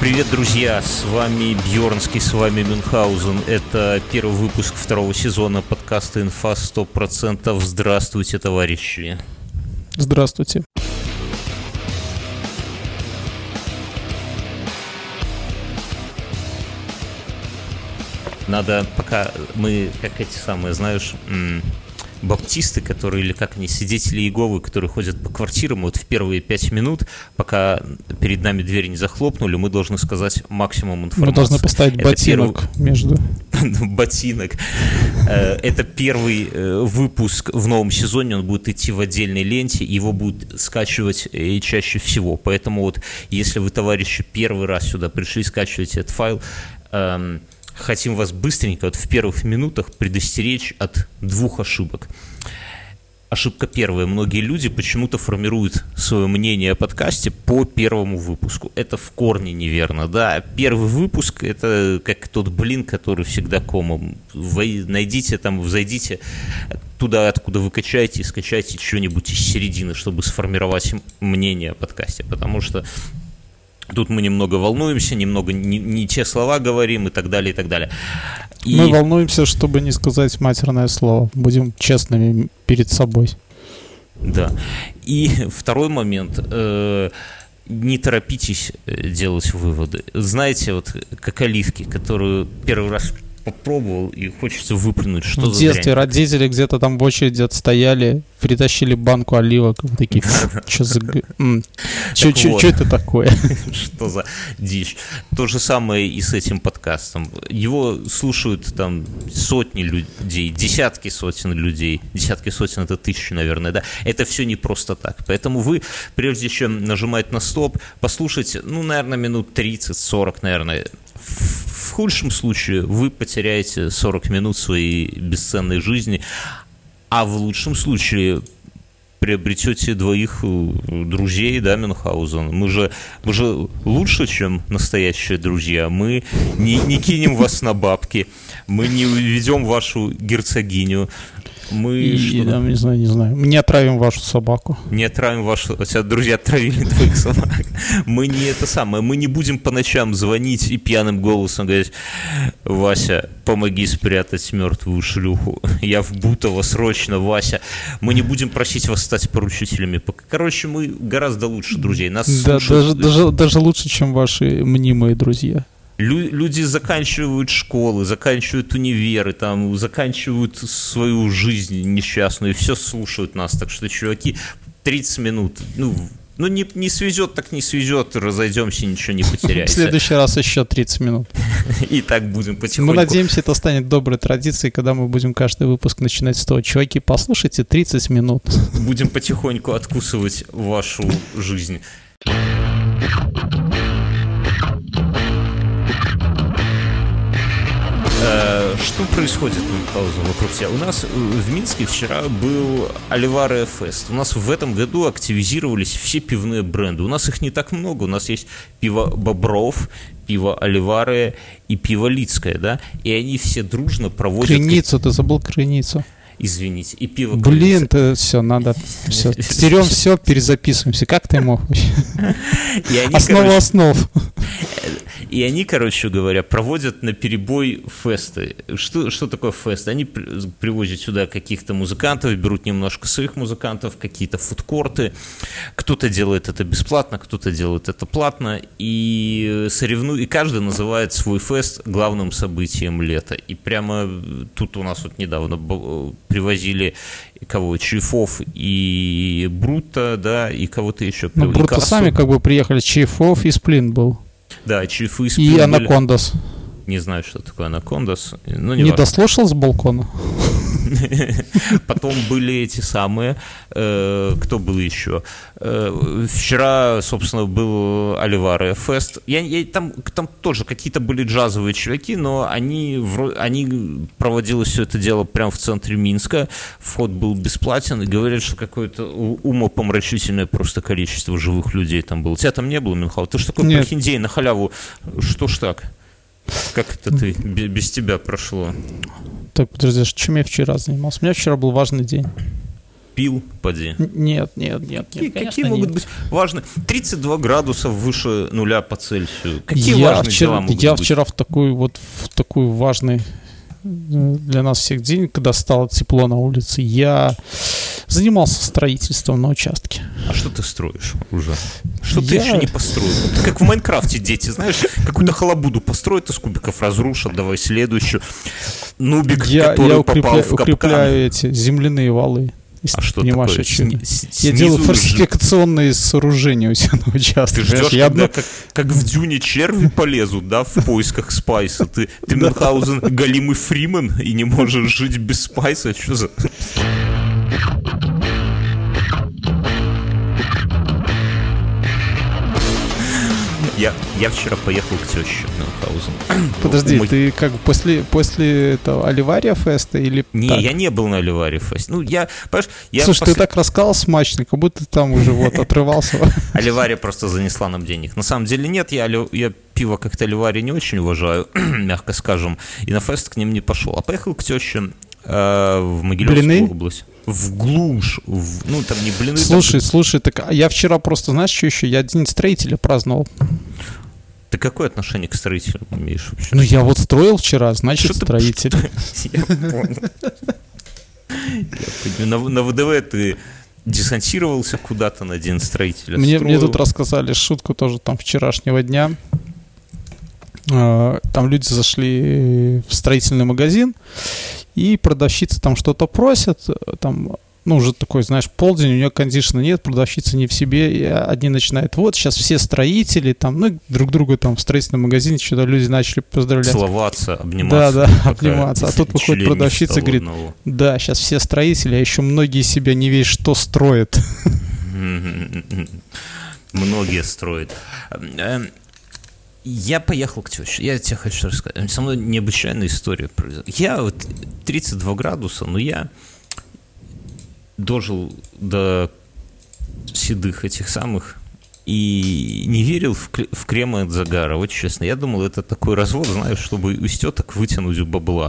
Привет, друзья! С вами Бьернский, с вами Мюнхгаузен. Это первый выпуск второго сезона подкаста «Инфа 100%». Здравствуйте, товарищи! Здравствуйте! Надо, пока мы, как эти самые, знаешь, баптисты, которые, или как они, свидетели Иеговы, которые ходят по квартирам, вот в первые 5 минут, пока перед нами двери не захлопнули, мы должны сказать максимум информации. Мы должны поставить ботинок между... Ботинок. Это первый выпуск в новом сезоне, он будет идти в отдельной ленте, его будут скачивать чаще всего. Поэтому вот, если вы, товарищи, первый раз сюда пришли, скачивайте этот файл, хотим вас быстренько, вот в первых минутах предостеречь от двух ошибок. Ошибка первая. Многие люди почему-то формируют свое мнение о подкасте по первому выпуску. Это в корне неверно, да. Первый выпуск – это как тот блин, который всегда комом. Вы найдите там, взойдите туда, откуда вы качаете, и скачайте что-нибудь из середины, чтобы сформировать мнение о подкасте. Потому что тут мы немного волнуемся, немного не те слова говорим и так далее, и так далее. Мы волнуемся, чтобы не сказать матерное слово. Будем честными перед собой. Да. И второй момент. Не торопитесь делать выводы. Знаете, вот как оливки, которую первый раз попробовал и хочется выплюнуть. Что в детстве родители где-то там в очереди отстояли, притащили банку оливок, вот такие, что это такое? Что за дичь? То же самое и с этим подкастом. Его слушают там сотни людей, десятки сотен людей, десятки сотен — это тысячи, наверное, да? Это все не просто так. Поэтому вы, прежде чем нажимать на стоп, послушайте, наверное, минут 30-40, наверное. В худшем случае вы потеряете 40 минут своей бесценной жизни, а в лучшем случае приобретете двоих друзей, да, Мюнхгаузен. Мы же лучше, чем настоящие друзья. Мы не кинем вас на бабки, мы не уведем вашу герцогиню. Не знаю. Мы не отравим вашу собаку. Не отравим вашу... У тебя друзья отравили твоих собак. Мы не будем по ночам звонить и пьяным голосом говорить: Вася, помоги спрятать мертвую шлюху. Я в Бутово срочно, Вася. Мы не будем просить вас стать поручителями. Короче, мы гораздо лучше друзей. Нас даже лучше, чем ваши мнимые друзья. Люди заканчивают школы, заканчивают универы, там, заканчивают свою жизнь несчастную, и все слушают нас. Так что, чуваки, 30 минут, не свезет, так не свезет, разойдемся, ничего не потеряется. В следующий раз еще 30 минут. И так будем потихоньку. Мы надеемся, это станет доброй традицией, когда мы будем каждый выпуск начинать с того: чуваки, послушайте 30 минут. Будем потихоньку откусывать вашу жизнь. Что происходит, Мюнхгаузен, вокруг тебя? У нас в Минске вчера был Оливаре Фест. У нас в этом году активизировались все пивные бренды. У нас их не так много. У нас есть пиво Бобров, пиво Оливаре и пиво Лицкое, да? И они все дружно проводят... Крыницу, ты забыл Крыницу. Извините, и пиво... Блин, это все, надо... Все. Стерем все, перезаписываемся. Как ты мог? Основа основ. И они, короче говоря, проводят наперебой фесты. Что такое фест? Они привозят сюда каких-то музыкантов, берут немножко своих музыкантов, какие-то фудкорты. Кто-то делает это бесплатно, кто-то делает это платно. И каждый называет свой фест главным событием лета. И прямо тут у нас вот недавно привозили Чайфов и Бруто, да, и кого-то еще. Бруто сами приехали, Чайфов и Сплин был. Да, Чайф и Сплин. И Анакондас. Не знаю, что такое Анакондас. Не дослушал с балкона? Потом были эти самые, кто был еще? Вчера, собственно, был Оливаре Фест. Там тоже какие-то были джазовые чуваки, но они проводили все это дело прямо в центре Минска. Вход был бесплатен, и говорят, что какое-то умопомрачительное просто количество живых людей там было. Тебя там не было, Мюнхгаузен? Ты что такой прохиндей на халяву? Что ж так? Как это ты без тебя прошло? Так, подожди, чем я вчера занимался? У меня вчера был важный день. пил, поди? Нет, Какие могут быть важные? 32 градуса выше нуля по Цельсию. Какие важные дела могут быть? Я вчера в такой важный для нас всех день, когда стало тепло на улице, я занимался строительством на участке. А что ты строишь уже? Что ты еще не построил? Ты как в Майнкрафте дети, знаешь, какую-то халабуду построят из кубиков, разрушат, давай следующую. Нубик, который попал в капкан. Я укрепляю эти земляные валы. А что такое? Я делаю фортификационные сооружения у себя на участке. Ты ждешь, когда как в Дюне черви полезут, да, в поисках спайса. Ты Мюнхгаузен, голимый Фриман, и не можешь жить без спайса. Что за... Я вчера поехал к теще в Мюнхгаузен. Подожди, ты как после этого Оливария феста или... Не, так? Я не был на Оливария фесте. Ну, Слушай, ты так рассказал смачно, как будто ты там уже вот отрывался. Оливария просто занесла нам денег. На самом деле нет, я пиво как-то Оливария не очень уважаю, мягко скажем, и на фест к ним не пошел. А поехал к теще в Могилевскую область. В глушь. Ну, там не блины. Слушай, так я вчера просто, знаешь, что еще? Я День строителя праздновал. Ты какое отношение к строителям имеешь вообще? Ну, я вот строил вчера, значит, строитель. Я понял. На ВДВ ты десантировался куда-то на День строителя? Мне тут рассказали шутку тоже там вчерашнего дня. Там люди зашли в строительный магазин, и продавщица там что-то просит, там, ну, уже такой, знаешь, полдень, у нее кондишена нет, продавщица не в себе, и одни начинают, вот, сейчас все строители, там, ну, друг друга там в строительном магазине, что-то люди начали поздравлять. Целоваться, обниматься. Да, обниматься. А тут выходит продавщица и говорит, да, сейчас все строители, а еще многие себя не весь что строят. Многие строят. Я поехал к теще. Я тебе хочу рассказать. Со мной необычайная история произошла. Я вот 32 градуса, но я дожил до седых этих самых и не верил в крем от загара. Вот честно. Я думал, это такой развод, знаешь, чтобы из теток вытянуть бабла.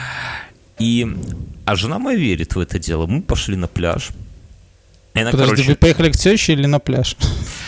А жена моя верит в это дело. Мы пошли на пляж. Подожди, вы поехали к теще или на пляж?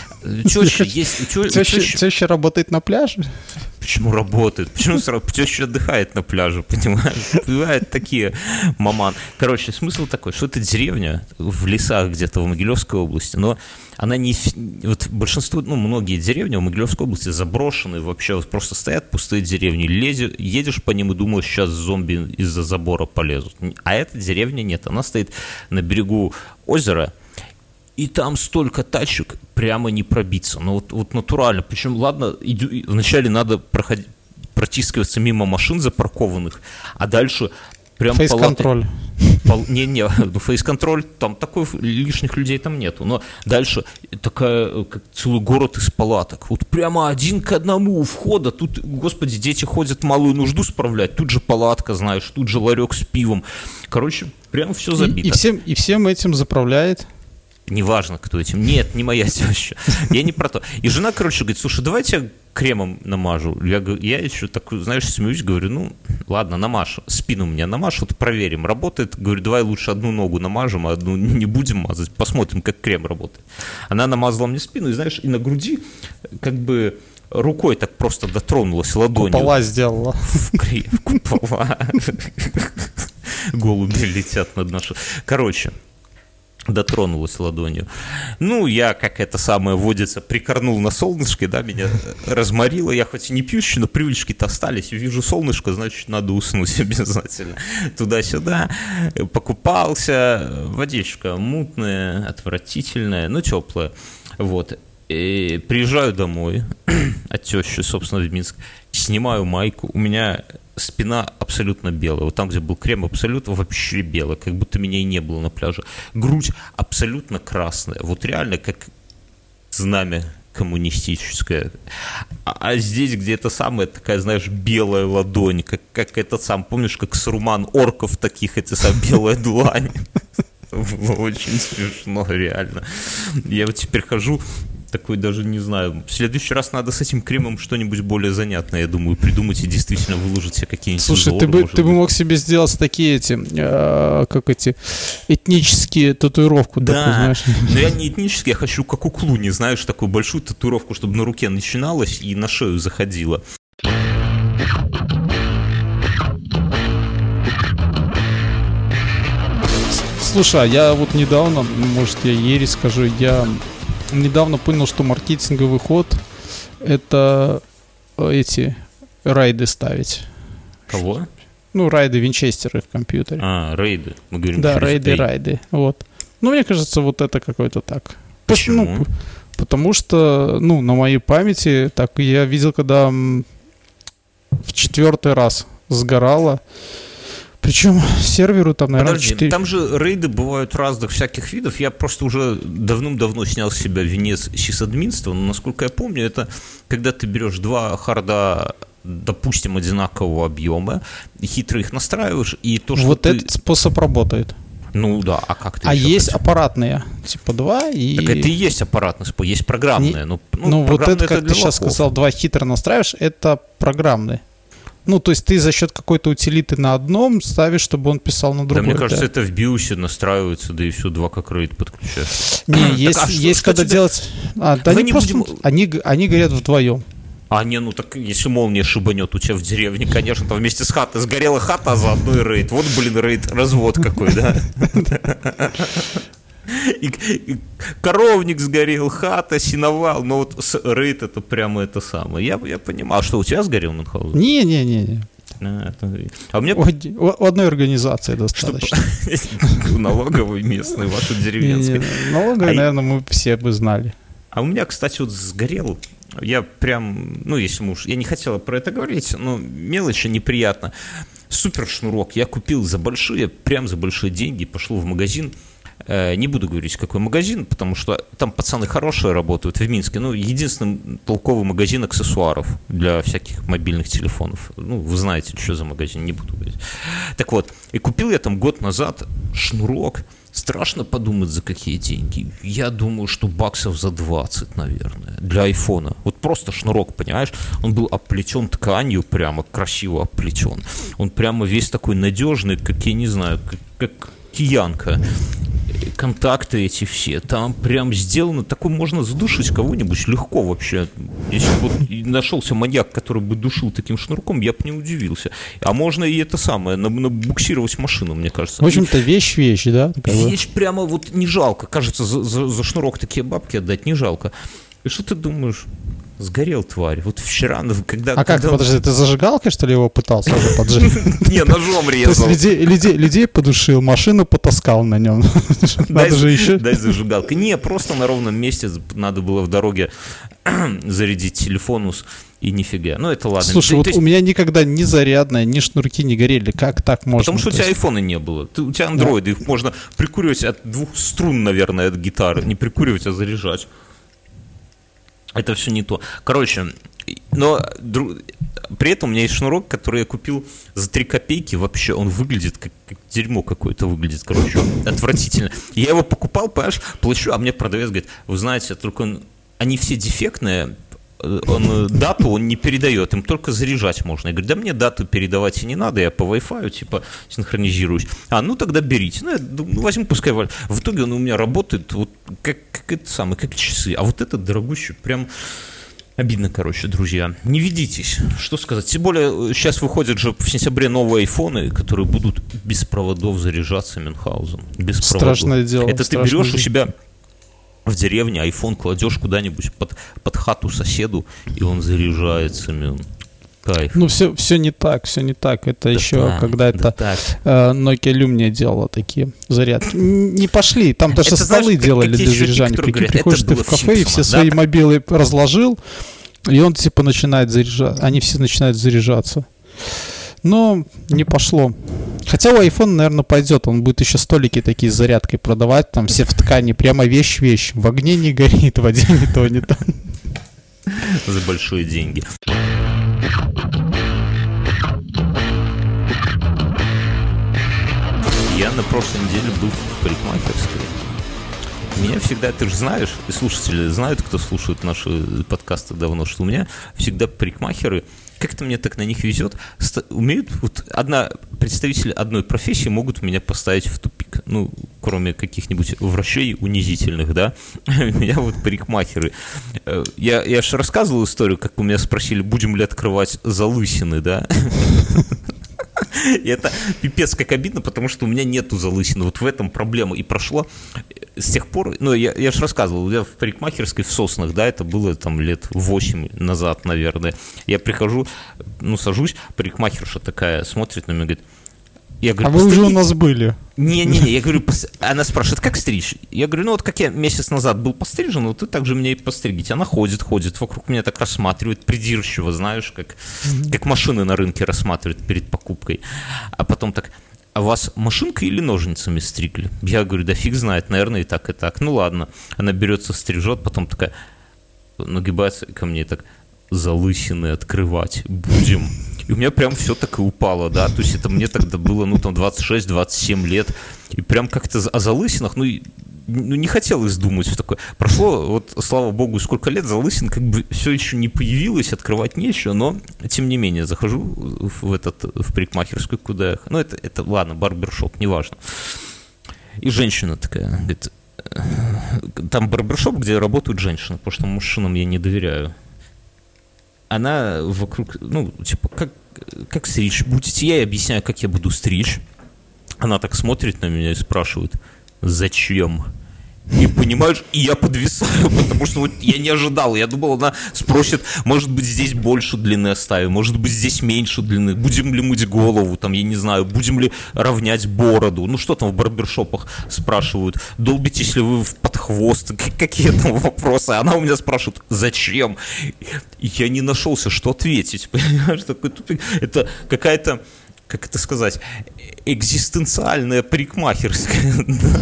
Теща работает на пляже? Почему работает? Почему теща отдыхает на пляже, понимаешь? Бывают такие маман. Короче, смысл такой, что это деревня в лесах где-то в Могилевской области, но она не... Вот большинство, ну, многие деревни в Могилевской области заброшены, вообще вот просто стоят пустые деревни. Едешь по ним и думаешь, сейчас зомби из-за забора полезут. А эта деревня нет, она стоит на берегу озера, и там столько тачек, прямо не пробиться. Ну вот натурально. Причем, ладно, вначале надо протискиваться мимо машин запаркованных, а дальше прям фейс-контроль. Фейс-контроль, там такой лишних людей там нету. Но дальше такая, как целый город из палаток. Вот прямо один к одному у входа. Тут, господи, дети ходят малую нужду справлять. Тут же палатка, знаешь, тут же ларек с пивом. Короче, прям все забито. И всем этим заправляет... Неважно, кто этим. Нет, не моя теща. Я не про то. И жена, короче, говорит, слушай, давай я кремом намажу. Я еще такой, знаешь, смеюсь, говорю, ну, ладно, намажь. Спину мне намажь, вот проверим, работает. Говорю, давай лучше одну ногу намажем, а одну не будем мазать. Посмотрим, как крем работает. Она намазала мне спину, и, знаешь, и на груди как бы рукой так просто дотронулась ладонью. Купола сделала. Купола. Голуби летят над нашей... Короче... дотронулась ладонью. Ну, я, как это самое водится, прикорнул на солнышке, да, меня разморило. Я хоть и не пьющий, но привычки-то остались. Вижу солнышко, значит, надо уснуть обязательно. Туда-сюда. Покупался. Водичка мутная, отвратительная, но теплая. Вот. И приезжаю домой от тещи, собственно, в Минск. Снимаю майку. У меня... спина абсолютно белая. Вот там, где был крем, абсолютно вообще белая. Как будто меня и не было на пляже. Грудь абсолютно красная. Вот реально как знамя коммунистическое. А здесь где-то самая такая, знаешь, белая ладонь. Как этот сам, помнишь, как Саруман орков таких, эти сам белая длань. Было очень смешно, реально. Я вот теперь хожу такой даже не знаю. В следующий раз надо с этим кремом что-нибудь более занятное, я думаю, придумать и действительно выложить себе какие-нибудь Слушай, узоры, ты бы мог себе сделать такие этнические татуировку, да, такую, знаешь. Но я не этнический, я хочу как у Клуни, знаешь, такую большую татуировку, чтобы на руке начиналась и на шею заходила. Слушай, а я вот недавно, может, я ересь скажу, я недавно понял, что маркетинговый ход — это эти райды ставить. Кого? Ну, райды Винчестеры в компьютере. А, рейды. Мы говорим, да, райды. Вот. Ну, мне кажется, вот это какой-то так. Почему? Ну, потому что, ну, на моей памяти, так я видел, когда в 4-й раз сгорало. Причем серверу там, наверное, Подожди, 4... там же рейды бывают разных всяких видов. Я просто уже давным-давно снял с себя венец сисадминства, но, насколько я помню, это когда ты берешь два харда, допустим, одинакового объема, хитро их настраиваешь, и то, что вот ты... этот способ работает. Ну да, а как ты А есть хотел? аппаратные, типа 2 и... Так это и есть аппаратный способ, есть программные. Ну вот это, как ты сейчас сказал, 2 хитро настраиваешь, это программный. Ну, то есть ты за счет какой-то утилиты на одном ставишь, чтобы он писал на другой. Да, мне кажется, это в биосе настраивается, да и все, 2 как рейд подключаешь. Не, есть когда делать... Да они просто... Они горят вдвоем. А не, ну так если молния шибанет у тебя в деревне, конечно, там вместе с хатой сгорела хата, а заодно и рейд. Вот, блин, рейд, развод какой, да? И коровник сгорел, хата, сеновал, но вот рейд это прямо это самое. Я понимал. А что, у тебя сгорел Мюнхгаузен? Не. А у меня... У одной организации достаточно. Налоговой местной, вашей деревенской. Налоговой, наверное, мы все бы знали. А у меня, кстати, вот сгорел... Я прям, ну, если мы уж... Я не хотел про это говорить, но мелочи неприятно. Супер шнурок я купил за большие деньги, пошел в магазин. Не буду говорить, какой магазин, потому что там пацаны хорошие работают в Минске. Ну, единственный толковый магазин аксессуаров для всяких мобильных телефонов. Ну, вы знаете, что за магазин, не буду говорить. Так вот, и купил я там год назад шнурок. Страшно подумать, за какие деньги. Я думаю, что баксов за 20, наверное, для айфона. Вот просто шнурок, понимаешь? Он был оплетен тканью, прямо красиво оплетен. Он прямо весь такой надежный, как, я не знаю, как киянка. Контакты эти все, там прям сделано, такой можно задушить кого-нибудь легко вообще. Если бы вот нашелся маньяк, который бы душил таким шнурком, я бы не удивился. А можно и это самое, набуксировать машину, мне кажется. В общем-то, вещь, да? Вещь прямо вот не жалко. Кажется, за шнурок такие бабки отдать не жалко. И что ты думаешь? Сгорел, тварь. Вот вчера, когда... А как, подожди, ты зажигалкой, что ли, его пытался уже поджечь? Не, ножом резал. То есть людей подушил, машину потаскал на нем. Надо же еще... Дай зажигалкой. Не, просто на ровном месте надо было в дороге зарядить телефон, и нифига. Ну, это ладно. Слушай, вот у меня никогда ни зарядная, ни шнурки не горели. Как так можно? Потому что у тебя айфона не было. У тебя андроиды, их можно прикуривать от 2 струн, наверное, от гитары. Не прикуривать, а заряжать. Это все не то. Короче, но при этом у меня есть шнурок, который я купил за 3 копейки. Вообще он выглядит как дерьмо какое-то выглядит. Короче, отвратительно. Я его покупал, понимаешь, плачу, а мне продавец говорит, вы знаете, только они все дефектные, дату он не передает, им только заряжать можно. Я говорю, да мне дату передавать и не надо, я по Wi-Fi типа синхронизируюсь. Ну тогда берите. Ну, я думаю, возьму, пускай. В итоге он у меня работает вот как это самое, как часы. А вот этот дорогущий, прям обидно, короче, друзья. Не ведитесь, что сказать. Тем более, сейчас выходят же в сентябре новые айфоны, которые будут без проводов заряжаться, Мюнхгаузен. Без проводов. Страшное дело. Это ты берешь у себя в деревне, айфон кладешь куда-нибудь под хату соседу, и он заряжается, кайф. Ну, все не так. Это да еще, да, когда это Nokia Lumia делала такие зарядки. Не пошли, там даже это, столы знаешь, делали для заряжания. Приходишь ты в кафе, и все свои мобилы разложил, и он типа начинает заряжаться. Они все начинают заряжаться. Но не пошло. Хотя у айфона, наверное, пойдет. Он будет еще столики такие с зарядкой продавать. Там все в ткани. Прямо вещь. В огне не горит, в воде не тонет. За большие деньги. Я на прошлой неделе был в парикмахерской. меня всегда, ты же знаешь, и слушатели знают, кто слушает наши подкасты давно, что у меня всегда парикмахеры, как-то мне так на них везет, умеют, вот представители одной профессии могут меня поставить в тупик, ну, кроме каких-нибудь врачей унизительных, да, меня вот парикмахеры. Я же рассказывал историю, как у меня спросили, будем ли открывать залысины, да. И это пипец как обидно, потому что у меня нету залысины. Вот в этом проблема. И прошло с тех пор, ну, я же рассказывал, я в парикмахерской в Соснах, да, это было там лет 8 назад, наверное. Я прихожу, ну, сажусь, парикмахерша такая смотрит на меня, говорит, я говорю, вы уже у нас были. Не-не-не, я говорю, она спрашивает, как стричь? Я говорю, ну вот как я месяц назад был пострижен, вот вы так же меня и постригите. Она ходит, вокруг меня так рассматривает, придирчиво, знаешь, как машины на рынке рассматривают перед покупкой. А потом так, а вас машинкой или ножницами стригли? Я говорю, да фиг знает, наверное, и так, и так. Ну ладно. Она берется, стрижет, потом такая, нагибается ко мне так, залысины открывать будем. И у меня прям все так и упало, да, то есть это мне тогда было, ну, там, 26-27 лет, и прям как-то о залысинах, ну, не хотелось думать в такое. Прошло, вот, слава богу, сколько лет, залысин как бы все еще не появилось, открывать нечего, но, тем не менее, захожу в парикмахерскую, куда, ну, это ладно, барбершоп, неважно. И женщина такая, говорит, там барбершоп, где работают женщины, потому что мужчинам я не доверяю. Она вокруг, ну, типа, как стричь будете? Я ей объясняю, как я буду стричь. Она так смотрит на меня и спрашивает, зачем? И понимаешь, и я подвисаю, потому что вот я не ожидал. Я думал, она спросит, может быть, здесь больше длины оставим, может быть, здесь меньше длины, будем ли мыть голову, там, я не знаю, будем ли равнять бороду. Ну, что там в барбершопах спрашивают, долбитесь ли вы под хвост, какие там вопросы. Она у меня спрашивает, зачем? И я не нашелся, что ответить, понимаешь, такой тупик. Это какая-то, как это сказать, экзистенциальная парикмахерская.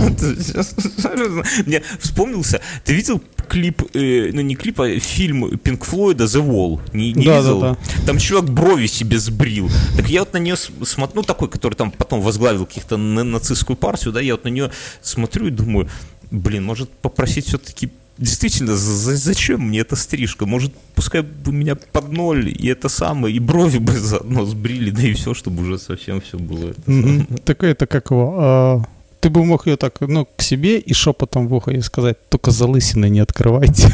Мне вспомнился, ты видел клип, ну не клип, а фильм Pink Floyd The Wall? Не видел? Да. Там чувак брови себе сбрил. Так я вот на нее смотрю, ну такой, который там потом возглавил каких-то нацистскую партию, да, я вот на нее смотрю и думаю, блин, может попросить все-таки действительно, зачем мне эта стрижка? Может, пускай бы меня под ноль, и это самое, и брови бы заодно сбрили, да и все, чтобы уже совсем все было. Так это как его? Ты бы мог ее так, ну, к себе и шепотом в ухо ей сказать, только залысины не открывайте.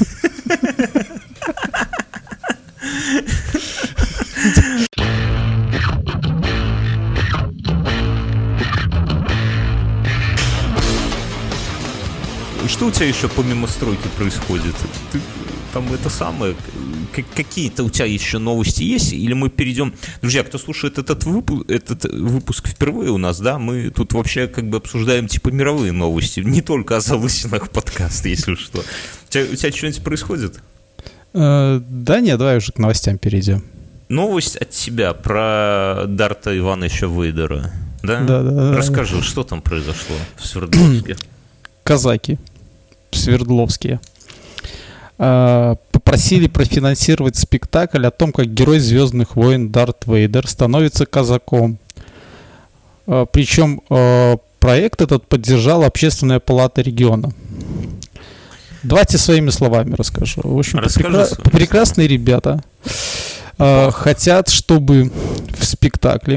Что у тебя еще помимо стройки происходит? Там это самое, какие-то у тебя еще новости есть? Или мы перейдем... Друзья, кто слушает этот выпуск впервые у нас, да, мы тут вообще как бы обсуждаем типа мировые новости, не только о залысинах подкаста, если что. У тебя что-нибудь происходит? Да нет, давай уже к новостям перейдем. Новость от тебя про Дарта Ивановича Вейдера, да? Да. Расскажи, что там произошло в Свердловске? Казаки свердловские попросили профинансировать спектакль о том, как герой «Звездных войн» Дарт Вейдер становится казаком. Причем проект этот поддержала Общественная палата региона. Давайте своими словами расскажу. В общем, прекрасные ребята хотят, чтобы в спектакле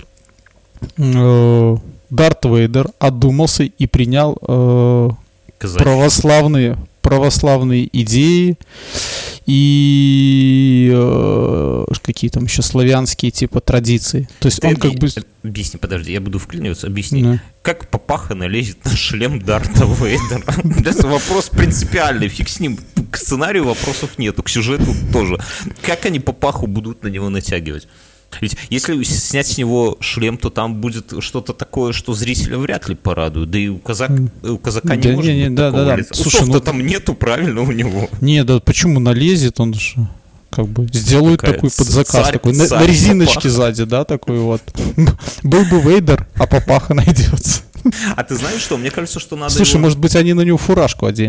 Дарт Вейдер одумался и принял православные идеи и какие там еще славянские типа традиции. То есть он как бы... Объясни, подожди, я буду вклиниваться. Объясни, как папаха налезет на шлем Дарта Вейдера? Вопрос принципиальный, фиг с ним. К сценарию вопросов нету, к сюжету тоже. Как они папаху будут на него натягивать? Ведь если снять с него шлем, то там будет что-то такое, что зрителя вряд ли порадует. Да и у казака не может быть такого лица. Слушай, там нету, правильно, у него. Не, да почему налезет, он же как бы сделают такой под заказ, такой на резиночке сзади, да, такой вот. Был бы Вейдер, а папаха найдется. А ты знаешь что? Мне кажется, что надо... Слушай, может быть, они на него фуражку оденут.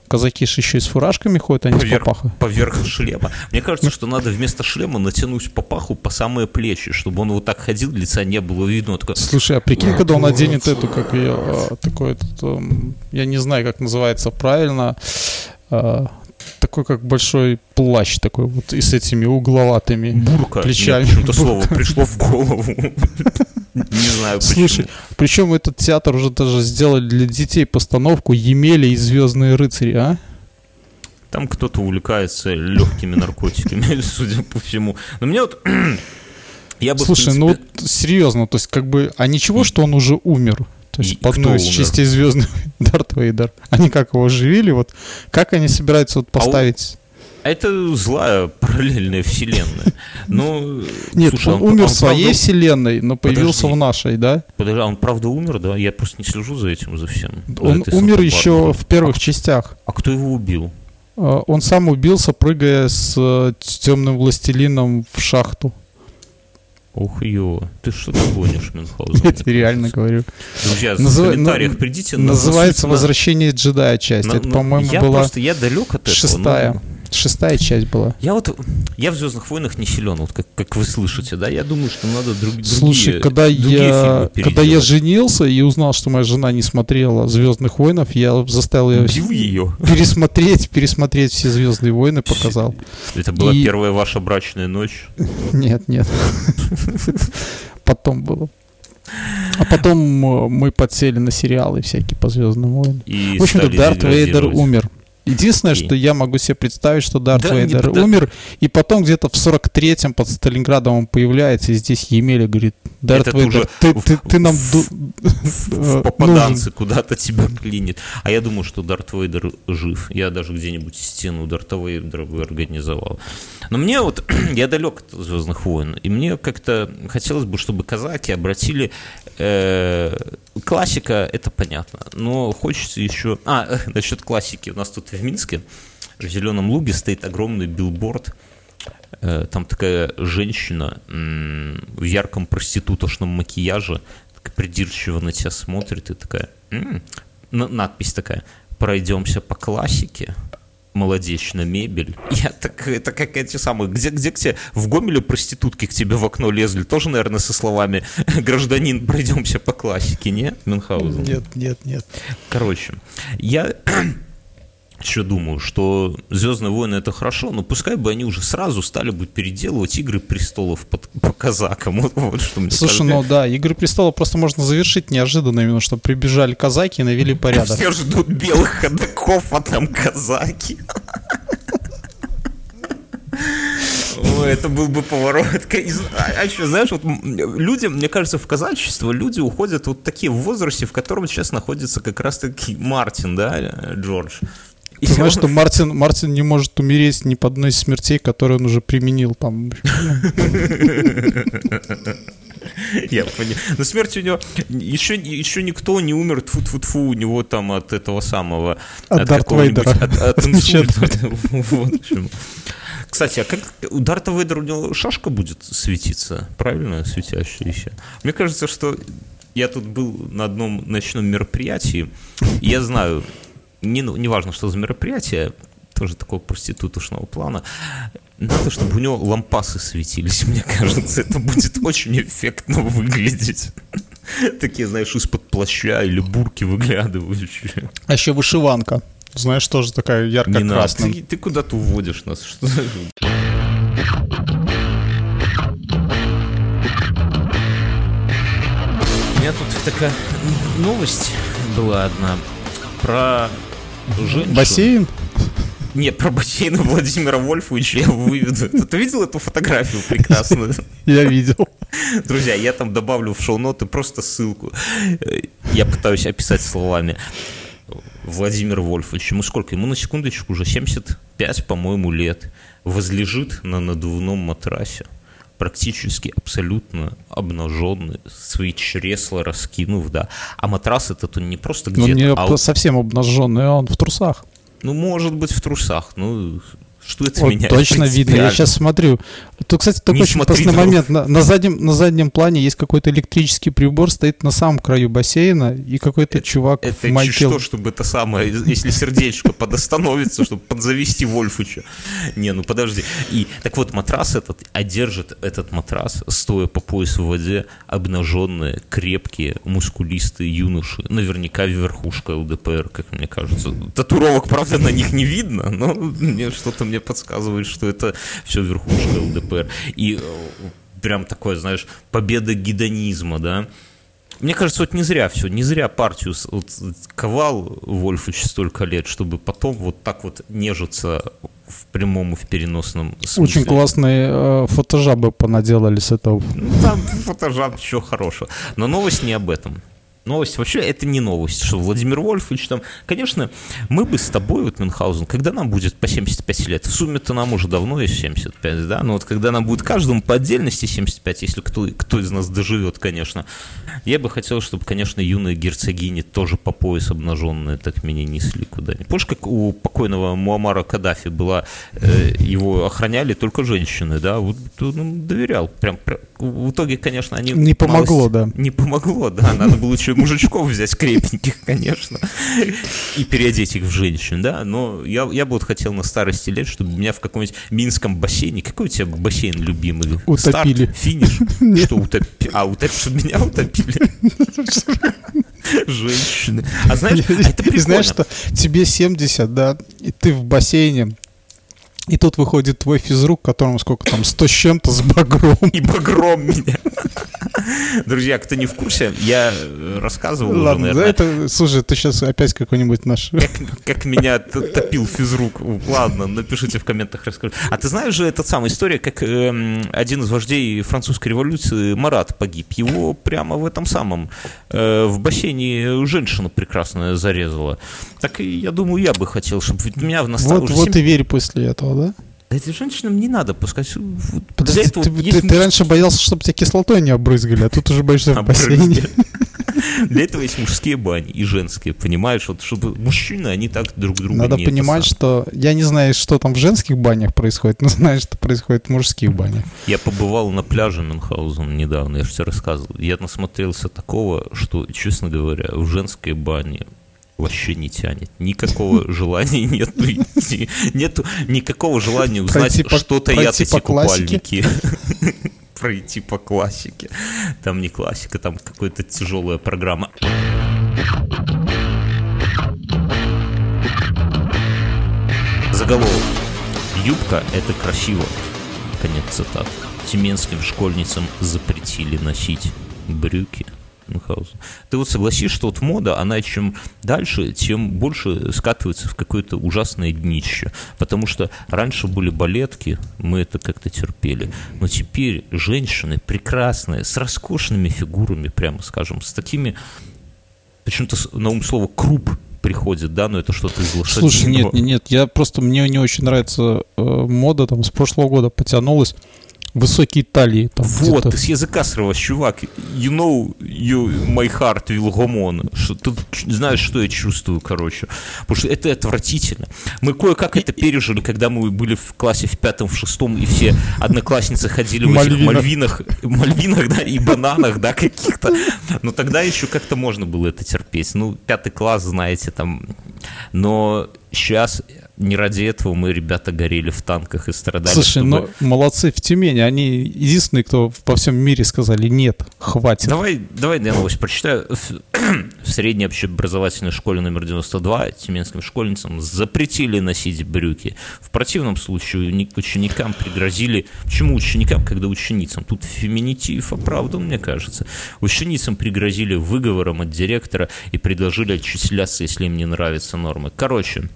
казаки же еще и с фуражками ходят, а не с папахой. Поверх шлема. Мне кажется, что надо вместо шлема натянуть папаху по самые плечи, чтобы он вот так ходил, лица не было видно. Такой... Слушай, а прикинь, когда он оденет эту, как ее, такой этот, я не знаю, как называется правильно, такой как большой плащ такой вот и с этими угловатыми бурка. плечами. Мне почему-то слово пришло в голову. Не знаю почему. Слушай, причем этот театр уже даже сделали для детей постановку «Емеля и звездные рыцари», а? Там кто-то увлекается легкими наркотиками, судя по всему. Но мне вот... Слушай, ну вот серьезно, то есть как бы... А ничего, что он уже умер? То есть по одной из частей «Звездных» Дарт Вейдер. Они как его оживили? Вот как они собираются вот поставить... Это злая параллельная вселенная. Но, нет, слушай, он умер в своей вселенной, но появился в нашей, да? Подожди, он правда умер, да? Я просто не слежу за этим, за всем. Он умер еще в первых частях. А кто его убил? Он сам убился, прыгая с темным властелином в шахту. Ох, ты что-то гонишь, Мюнхгаузен. Я тебе реально говорю. Друзья, в комментариях придите. Называется «Возвращение джедая» часть. Это, по-моему, была я далек от этого. Шестая часть была. Я в «Звездных войнах» не силен, вот как вы слышите, да? Я думаю, что надо другие. Слушай, когда я женился и узнал, что моя жена не смотрела «Звездных войнов», я заставил ее пересмотреть все «Звездные войны», показал. Это была первая ваша брачная ночь? Нет. Потом было. А потом мы подсели на сериалы всякие по «Звездным войнам». В общем-то, Дарт Вейдер умер. Единственное, что я могу себе представить, что Дарт Вейдер умер, и потом где-то в 43-м под Сталинградом он появляется, и здесь Емеля говорит: Дарт Вейдер, ты нам в попаданцы куда-то тебя клинит. А я думаю, что Дарт Вейдер жив. Я даже где-нибудь стену Дарта Вейдера бы организовал. Но мне вот, я далек от «Звездных войн», и мне как-то хотелось бы, чтобы казаки обратили... Классика, это понятно, но хочется еще... насчет классики. У нас тут в Минске, в Зеленом Луге, стоит огромный билборд. Там такая женщина в ярком проститутошном макияже, так придирчиво на тебя смотрит и такая... Надпись такая: «Пройдемся по классике. Молодечная мебель». Это как эти самые... Где к тебе в Гомеле проститутки к тебе в окно лезли? Тоже, наверное, со словами: «Гражданин, пройдемся по классике», не, Мюнхгаузен? Нет. Короче, я еще думаю, что «Звездные войны» — это хорошо, но пускай бы они уже сразу стали бы переделывать «Игры престолов» по казакам. Вот что мне Слушай, кажется. «Игры престолов» просто можно завершить неожиданно, именно чтобы прибежали казаки и навели порядок. Все ждут белых ходоков, а там казаки. Это был бы поворот. А еще, знаешь, вот люди, мне кажется, в казачество люди уходят вот такие в возрасте, в котором сейчас находится как раз-таки Мартин, да, Джордж. Ты знаешь, что Мартин не может умереть ни под одной из смертей, которые он уже применил там. Я понял. Но смерть у него... Еще никто не умер, тьфу-тьфу-тьфу, у него там от этого самого... От Дарта Вейдера. От инсульта. Кстати, а как у Дарта Вейдера у него шашка будет светиться? Правильно? Светящаяся. Мне кажется, что я тут был на одном ночном мероприятии, и я знаю... Не важно, что за мероприятие, тоже такого проститутошного плана, надо, чтобы у него лампасы светились, мне кажется, это будет очень эффектно выглядеть. Такие, знаешь, из-под плаща или бурки выглядывающие. А еще вышиванка, знаешь, тоже такая ярко-красная. Ты куда-то уводишь нас. Что? У меня тут такая новость была одна про женщину. Бассейн? Нет, про бассейн Владимира Вольфовича я выведу. Ты видел эту фотографию прекрасную? Я видел. Друзья, я там добавлю в шоу-ноты просто ссылку. Я пытаюсь описать словами. Владимир Вольфович, ему сколько? Ему на секундочку уже 75, по-моему, лет. Возлежит на надувном матрасе. Практически абсолютно обнаженный, свои чресла раскинув, да. А матрас этот он не просто где-то... Он не совсем обнаженный, он в трусах. Ну, может быть, в трусах. Ну, что это меня? Точно видно. Я сейчас смотрю. Тут, кстати, такой очень классный момент. На заднем плане есть какой-то электрический прибор, стоит на самом краю бассейна, и какой-то чувак в майке... Это что, чтобы это самое, если сердечко подостановится, чтобы подзавести Вольфыча. Не, ну подожди. И так вот, матрас этот, одержит этот матрас, стоя по пояс в воде, обнаженные, крепкие, мускулистые юноши. Наверняка верхушка ЛДПР, как мне кажется. Татуировок, правда, на них не видно, но что-то мне подсказывает, что это все верхушка ЛДПР. И прям такое, знаешь, победа гедонизма, да. Мне кажется, вот не зря партию вот, ковал Вольфович столько лет, чтобы потом вот так вот нежиться в прямом и в переносном смысле. Очень классные фотожабы понаделали с этого. Ну, там фотожаб, чего хорошего. Но новость не об этом. Новость вообще это не новость, что Владимир Вольфович там, конечно, мы бы с тобой, вот Мюнхгаузен, когда нам будет по 75 лет, в сумме-то нам уже давно есть 75, да, но вот когда нам будет каждому по отдельности 75, если кто из нас доживет, конечно, я бы хотел, чтобы, конечно, юные герцогини тоже по пояс обнаженные так меня несли куда-нибудь. Помнишь, как у покойного Муаммара Каддафи была, его охраняли только женщины, да, вот он доверял, прям в итоге, конечно, они... Не помогло, да. Не помогло, да, надо было еще мужичков взять крепеньких, конечно, и переодеть их в женщин, да, но я бы вот хотел на старости лет, чтобы меня в каком-нибудь минском бассейне, какой у тебя бассейн любимый? Утопили. Старт, финиш? Что утопили? Чтобы меня утопили? Женщины. А знаешь, это прикольно. И знаешь, что тебе 70, да, и ты в бассейне, и тут выходит твой физрук, которому сколько там, 100 с чем-то, с багром. И багром меня. Друзья, кто не в курсе, я рассказывал ладно, уже, наверное... это, слушай, ты сейчас опять какой-нибудь наш... Как меня топил физрук. Ладно, напишите в комментах, расскажу. А ты знаешь же, эта самая история, как один из вождей французской революции, Марат, погиб. Его прямо в этом самом, в бассейне женщина прекрасная зарезала. Так и я думаю, я бы хотел, чтобы меня в наставку... Вот и верь после этого, да? Да этим женщинам не надо пускать. Подожди, ты раньше боялся, чтобы тебя кислотой не обрызгали, а тут уже боишься в бассейне. Для этого есть мужские бани и женские, понимаешь? Вот чтобы мужчины, они так друг друга надо не... понимать, что... Я не знаю, что там в женских банях происходит, но знаю, что происходит в мужских банях. Я побывал на пляже Мюнхгаузен недавно, я же тебе рассказывал. Я насмотрелся такого, что, честно говоря, в женской бане вообще не тянет. Никакого желания нету идти. Нету никакого желания узнать, что таят эти купальники. Пройти по классике. Там не классика, там какая-то тяжелая программа. Заголовок. Юбка – это красиво. Конец цитаты. Тюменским школьницам запретили носить брюки. Ты вот согласись, что вот мода, она чем дальше, тем больше скатывается в какое-то ужасное днище. Потому что раньше были балетки, мы это как-то терпели. Но теперь женщины прекрасные, с роскошными фигурами, прямо скажем, с такими, почему-то на ум слово «круп» приходит, да, но это что-то из лошадиного. Слушай, нет, мне не очень нравится мода, там, с прошлого года потянулась. Высокие талии. Там вот, где-то. ты с языка срываешь, чувак. You know, my heart will go on. Ты знаешь, что я чувствую, короче. Потому что это отвратительно. Мы кое-как это пережили, когда мы были в классе в 5-м, в 6-м, и все одноклассницы ходили в этих мальвинах, да, и бананах, да, каких-то. Но тогда еще как-то можно было это терпеть. Ну, 5-й класс, знаете, там. Но сейчас... Не ради этого мы, ребята, горели в танках и страдали. Слушай, ну молодцы в Тюмени. Они единственные, кто во всем мире сказали: нет, хватит. Давай я новость прочитаю. В средней общеобразовательной школе номер 92 тюменским школьницам запретили носить брюки. В противном случае ученикам пригрозили... Почему ученикам, когда ученицам? Тут феминитив оправдан, мне кажется. Ученицам пригрозили выговором от директора и предложили отчисляться, если им не нравятся нормы. Короче...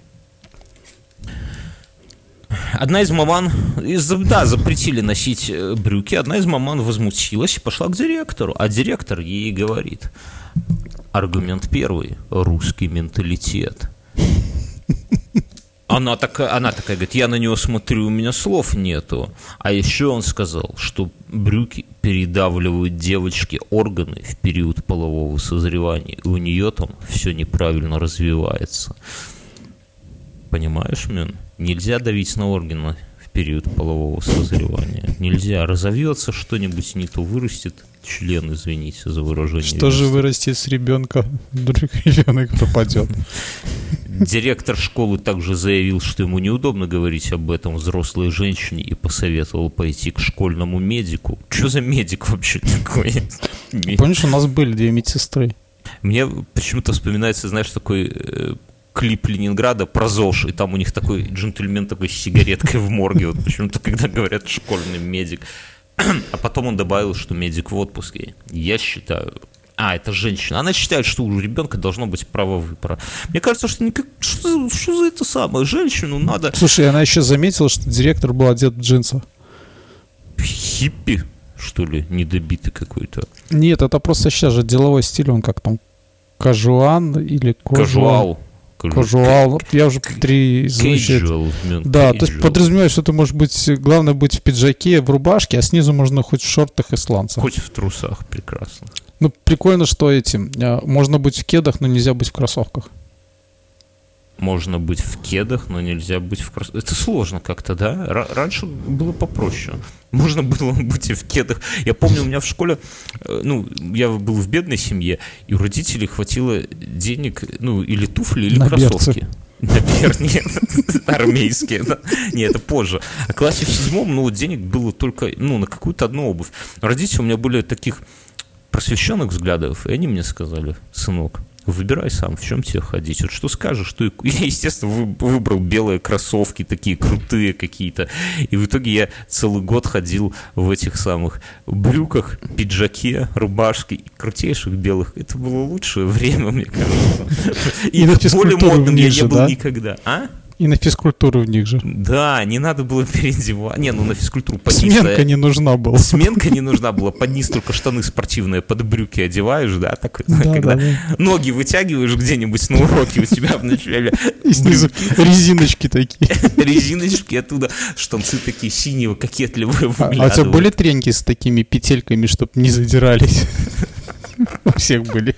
Одна из маман, да, запретили носить брюки, одна из маман возмутилась и пошла к директору, а директор ей говорит: аргумент первый – русский менталитет. Она такая говорит: я на него смотрю, у меня слов нету. А еще он сказал, что брюки передавливают девочке органы в период полового созревания, и у нее там все неправильно развивается. Понимаешь, Мин? Нельзя давить на органы в период полового созревания. Нельзя. Разовьется что-нибудь, не то вырастет член, извините за выражение. Что же вырастет с ребенка? Вдруг ребенок пропадет. Директор школы также заявил, что ему неудобно говорить об этом взрослой женщине и посоветовал пойти к школьному медику. Что за медик вообще такой? Помнишь, у нас были 2 медсестры? Мне почему-то вспоминается, знаешь, такой клип Ленинграда про ЗОЖ, и там у них такой джентльмен такой с сигареткой в морге, вот почему-то, когда говорят «школьный медик». А потом он добавил, что медик в отпуске. Я считаю... это женщина. Она считает, что у ребенка должно быть право выбора. Мне кажется, что что за это самое? Женщину надо... Слушай, она еще заметила, что директор был одет в джинсы. Хиппи, что ли? Недобитый какой-то. Нет, это просто сейчас же деловой стиль, он как там, кажуан или Кажуал. Кажуал. Я уже 3 звучит. Да, то есть подразумевает, что ты можешь быть, главное быть в пиджаке, в рубашке, а снизу можно хоть в шортах и сланцах. Хоть в трусах, прекрасно. Ну, прикольно, что можно быть в кедах, но нельзя быть в кроссовках. Можно быть в кедах, но нельзя быть в кроссовках. Это сложно как-то, да? Раньше было попроще. Можно было быть и в кедах. Я помню, у меня в школе, я был в бедной семье, и у родителей хватило денег, или туфли, или кроссовки. Нет, армейские. Нет, это позже. А в классе в 7 денег было только, на какую-то одну обувь. Родители у меня были таких просвещенных взглядов, и они мне сказали: сынок, выбирай сам, в чем тебе ходить. Вот что скажешь, что и... Я, естественно, выбрал белые кроссовки, такие крутые какие-то. И в итоге я целый год ходил в этих самых брюках, пиджаке, рубашке, крутейших белых. Это было лучшее время, мне кажется. И более модным я не был никогда. И на физкультуру в них же. Да, не надо было переодевать. На физкультуру под низ. Сменка не нужна была. Сменка не нужна была. Под низ только штаны спортивные под брюки одеваешь, да, так, когда ноги вытягиваешь где-нибудь на уроке, у тебя вначале... И снизу резиночки такие. Резиночки, оттуда штанцы такие синие, кокетливые выглядывают. А у тебя были треньки с такими петельками, чтобы не задирались? У всех были.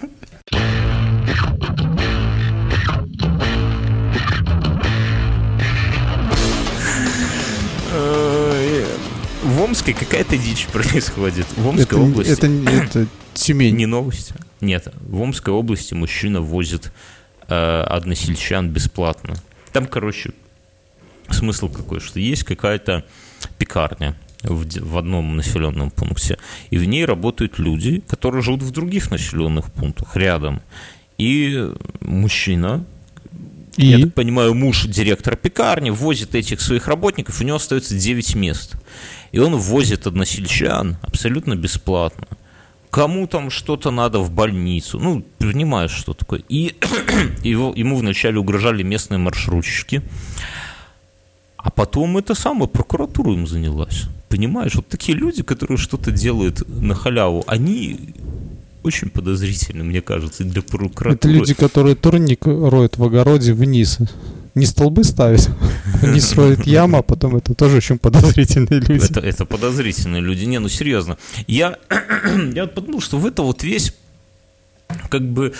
В Омске какая-то дичь происходит. В Омской области... Это Тюмень. Не новость? Нет. В Омской области мужчина возит односельчан бесплатно. Там, смысл какой, что есть какая-то пекарня в одном населенном пункте, и в ней работают люди, которые живут в других населенных пунктах рядом. И мужчина... Я так понимаю, муж директора пекарни возит этих своих работников, у него остается 9 мест. И он возит односельчан абсолютно бесплатно. Кому там что-то надо в больницу, понимаешь, что такое. И ему вначале угрожали местные маршрутчики, а потом прокуратура им занялась. Понимаешь, вот такие люди, которые что-то делают на халяву, они... очень подозрительно, мне кажется, для прокуратуры. Это люди, которые турник роют в огороде вниз. Не столбы ставят, вниз роют яму, а потом это тоже очень подозрительные люди. Это подозрительные люди. Серьезно. Я подумал, что в это вот весь как-то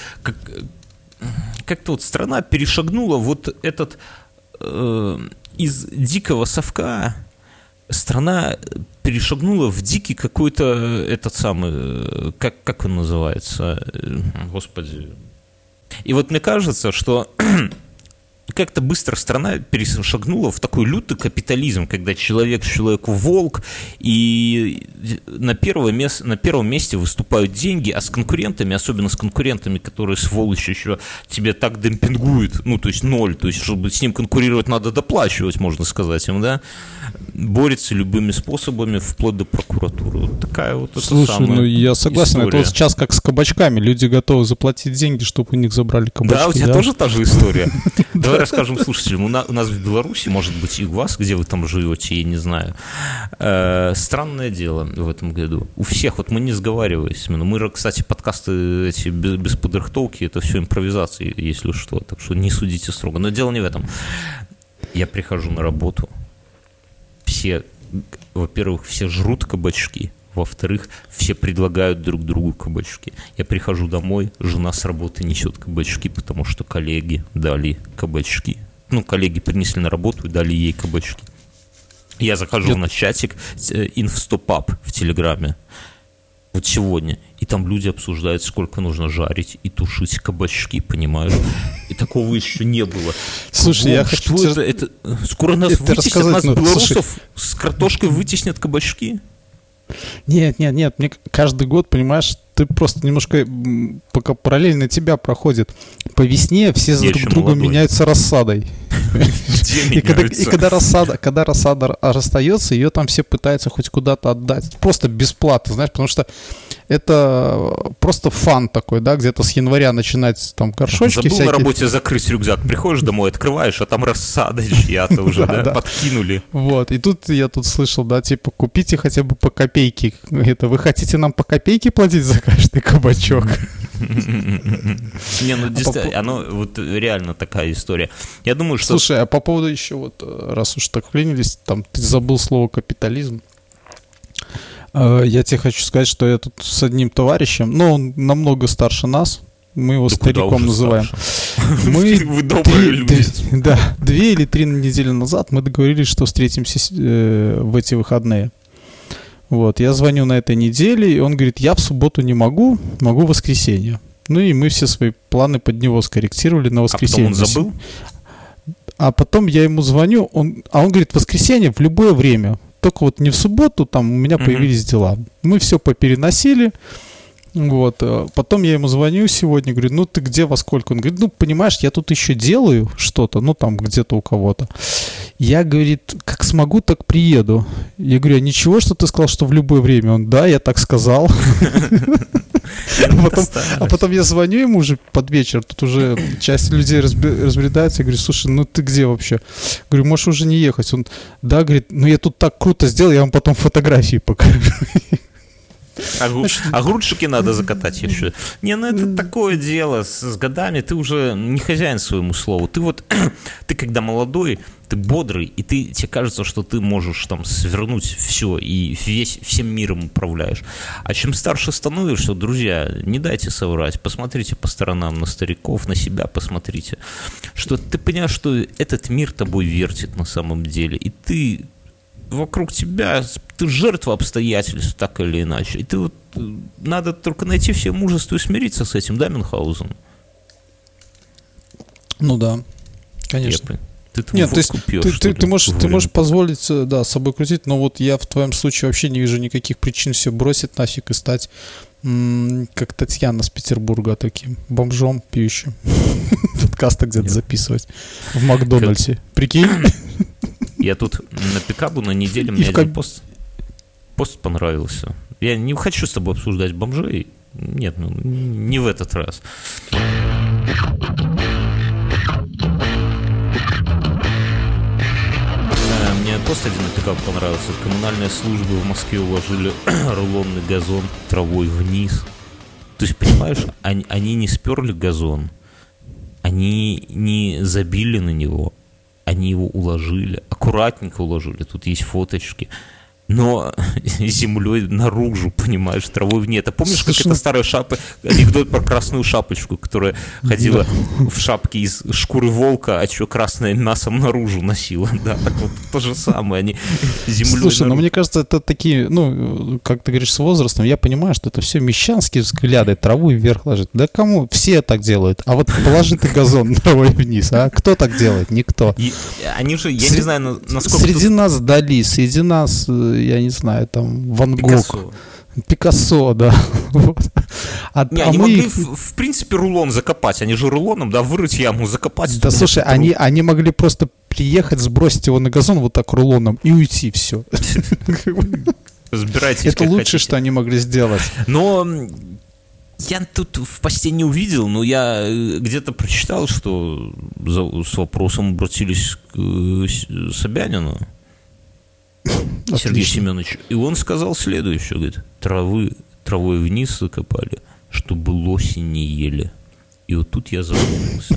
вот страна перешагнула вот этот из дикого совка. Страна перешагнула в дикий какой-то как он называется, господи. И вот мне кажется, что как-то быстро страна перешагнула в такой лютый капитализм, когда человек человеку волк, и на первом месте выступают деньги, а с конкурентами, особенно с конкурентами, которые, сволочи, еще тебе так демпингуют, то есть ноль, то есть чтобы с ним конкурировать, надо доплачивать, можно сказать им, да, борется любыми способами, вплоть до прокуратуры. Вот такая вот Слушай, я согласен, история. Это вот сейчас как с кабачками, люди готовы заплатить деньги, чтобы у них забрали кабачки. Да, у тебя тоже та же история. Давай расскажем слушателям. У нас в Беларуси, может быть, и у вас, где вы там живете, я не знаю. Странное дело в этом году. У всех, вот мы не сговаривались. Мы, кстати, подкасты эти без подрыхтовки, это все импровизации, если что. Так что не судите строго. Но дело не в этом. Я прихожу на работу. Во-первых, все жрут кабачки. Во-вторых, все предлагают друг другу кабачки. Я прихожу домой, жена с работы несет кабачки, потому что коллеги дали кабачки. Коллеги принесли на работу и дали ей кабачки. Я захожу на чатик Инфстопап в Телеграме. Вот сегодня. И там люди обсуждают, сколько нужно жарить и тушить кабачки, понимаешь? И такого еще не было. Слушай, я хочу... Что это? Скоро нас вытеснят, нас белорусов с картошкой вытеснят кабачки? Нет, мне каждый год, понимаешь, ты просто немножко, пока параллельно тебя проходит. По весне все друг другом меняются рассадой. И когда рассада расстается, ее там все пытаются хоть куда-то отдать. Просто бесплатно, знаешь, потому что это просто фан такой, да, где-то с января начинать там горшочки всякие. Забыл на работе закрыть рюкзак, приходишь домой, открываешь, а там рассада чья-то уже, да, подкинули. Вот, и тут я слышал, да, типа, купите хотя бы по копейке. Это вы хотите нам по копейке платить за каждый кабачок? Не, ну действительно, оно вот реально такая история. Я думаю, что... Слушай, а по поводу еще вот, раз уж так вклинились, там, ты забыл слово капитализм. Я тебе хочу сказать, что я тут с одним товарищем, но он намного старше нас, мы его стариком называем. Вы добрые люди. Да, 2 или 3 недели назад мы договорились, что встретимся в эти выходные. Вот, я звоню на этой неделе, и он говорит, я в субботу не могу, могу в воскресенье. Ну и мы все свои планы под него скорректировали на воскресенье. А потом он забыл? А потом я ему звоню, он говорит, воскресенье в любое время. Только вот не в субботу, там у меня появились дела. Мы все попереносили. Вот. Потом я ему звоню сегодня, говорю, ну ты где, во сколько? Он говорит, ну понимаешь, я тут еще делаю что-то, ну там где-то у кого-то. Я, говорит, как смогу, так приеду. Я говорю, а ничего, что ты сказал, что в любое время? Он, да, я так сказал. А потом я звоню ему уже под вечер, тут уже часть людей разбредается, я говорю, слушай, ну ты где вообще? Говорю, можешь уже не ехать. Он, да, говорит, ну я тут так круто сделал, я вам потом фотографии покажу. Огурчики надо закатать еще. Не, ну это такое дело. С годами ты уже не хозяин своему слову. Ты когда молодой, ты бодрый, и тебе кажется, что ты можешь там свернуть все и всем миром управляешь. А чем старше становишься, друзья, не дайте соврать. Посмотрите по сторонам на стариков, на себя посмотрите. Что ты понимаешь, что этот мир тобой вертит на самом деле. И ты вокруг тебя, ты жертва обстоятельств, так или иначе. И ты надо только найти все мужество и смириться с этим, да, Мюнхгаузен? Ну да, конечно. Нет, то есть ты можешь позволить, да, с собой крутить, но вот я в твоем случае вообще не вижу никаких причин все бросить нафиг и стать как Татьяна с Петербурга, таким бомжом пьющим. Подкасты где-то записывать в Макдональдсе. Прикинь? Я тут на Пикабу на неделе, мне один пост понравился. Я не хочу с тобой обсуждать бомжей. Нет, ну не в этот раз. Мне пост один на Пикабу понравился. Коммунальные службы в Москве уложили рулонный газон травой вниз. То есть, понимаешь, они не сперли газон, они не забили на него. Они его уложили, аккуратненько уложили, тут есть фоточки, но землей наружу, понимаешь, травой вне. Ты помнишь, как это старая шапка, анекдот про красную шапочку, которая ходила в шапке из шкуры волка, а что красное мясом наружу носила? Да, так вот то же самое, они землей. Слушай, ну мне кажется, это такие, ну, как ты говоришь, с возрастом, я понимаю, что это все мещанские взгляды, траву вверх ложить. Да кому? Все так делают. А вот положи ты газон травой вниз, а? Кто так делает? Никто. Они же, я не знаю, насколько... Среди нас Дали, среди нас... я не знаю, там, Ван Гог, Пикассо, да. Вот. Они могли, в принципе, рулон закопать, они же рулоном, да, вырыть яму, закопать. Да, слушай, они могли просто приехать, сбросить его на газон вот так рулоном и уйти, все. Это лучшее, что они могли сделать. Но я тут в посте не увидел, но я где-то прочитал, что с вопросом обратились к Собянину. Сергей Семенович. И он сказал следующее, говорит, травой вниз закопали, чтобы лоси не ели. И вот тут я задумался.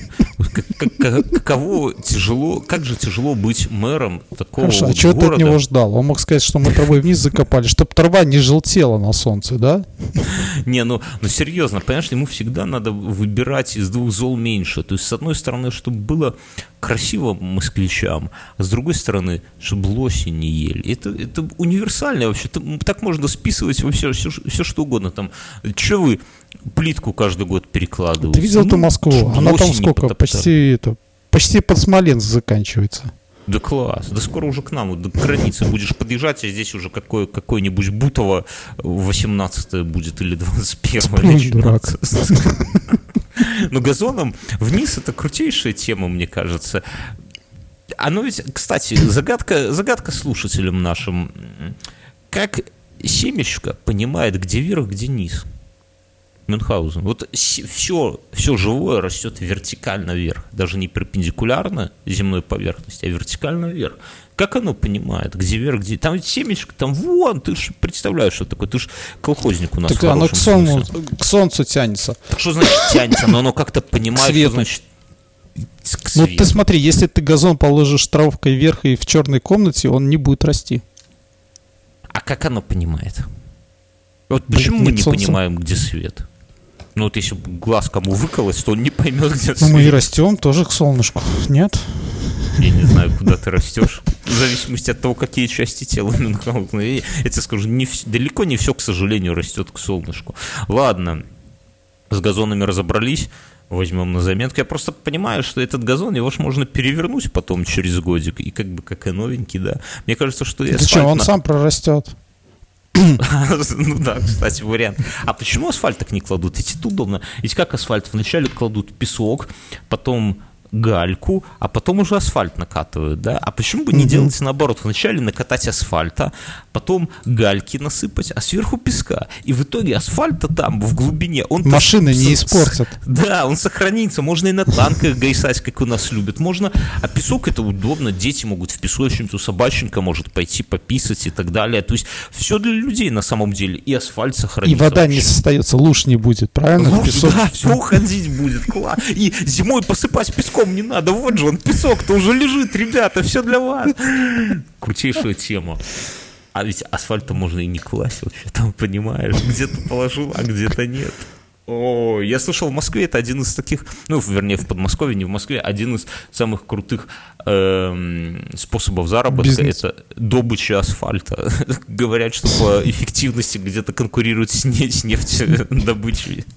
Как же тяжело быть мэром такого Хорошо, а чего ты от него ждал? Он мог сказать, что мы травой вниз закопали, чтобы трава не желтела на солнце, да? Не, ну серьезно, понимаешь, ему всегда надо выбирать из двух зол меньше. То есть, с одной стороны, чтобы было красиво москвичам, а с другой стороны, чтобы лоси не ели. Это универсально вообще. Так можно списывать вообще все что угодно. Там, что вы плитку каждый год перекладываете? Ты видел эту Москву? Она там сколько? Почти под Смоленск заканчивается. Да класс, да скоро уже к нам, вот, до границы будешь подъезжать, а здесь уже какое-нибудь Бутово 18-е будет или 21-е. Дурак. Но газоном вниз это крутейшая тема, мне кажется. Оно ведь, кстати, загадка слушателям нашим. Как семечко понимает, где верх, где низ? Мюнхгаузен. Вот все живое растет вертикально вверх, даже не перпендикулярно земной поверхности, а вертикально вверх. Как оно понимает, где вверх, где... Там ведь семечко, там вон, ты же представляешь, что такое, ты же колхозник у нас. Так оно к солнцу тянется. Так что значит тянется? Но оно как-то понимает, что значит... Ну ты смотри, если ты газон положишь травкой вверх и в черной комнате, он не будет расти. А как оно понимает? Вот почему мы не понимаем, где свет? Ну вот если глаз кому выколоть, то он не поймет, где свет. Ну мы и растем тоже к солнышку, нет? Я не знаю, куда ты растешь. В зависимости от того, какие части тела Мюнхгаузена. Я тебе скажу, далеко не все, к сожалению, растет к солнышку. Ладно, с газонами разобрались. Возьмем на заметку. Я просто понимаю, что этот газон, его ж можно перевернуть потом через годик. И как и новенький, да. Мне кажется, что... Зачем? Он сам прорастет. Ну да, кстати, вариант. А почему асфальт так не кладут? Ведь это удобно. Ведь как асфальт? Вначале кладут песок, потом гальку, а потом уже асфальт накатывают, да? А почему бы не делать наоборот? Вначале накатать асфальта, потом гальки насыпать, а сверху песка. И в итоге асфальта там, в глубине, он... Машины не испортят. Да, он сохранится. Можно и на танках гайсать, как у нас любят. Можно... А песок это удобно. Дети могут в песочницу, собаченька может пойти пописать и так далее. То есть все для людей на самом деле. И асфальт сохранится. И вода вообще не остается, луж не будет, правильно? Песок. Да, все уходить будет. Класс. И зимой посыпать песком не надо, вот же он, песок-то уже лежит, ребята, все для вас. Крутейшая тема. А ведь асфальта можно и не класть вообще, там, понимаешь, где-то положил, а где-то нет. О, я слышал, в Москве это один из таких, ну, вернее, в Подмосковье, не в Москве, один из самых крутых способов заработка. Бизнес. Это добыча асфальта. Говорят, что по эффективности где-то конкурируют с нефтедобычей.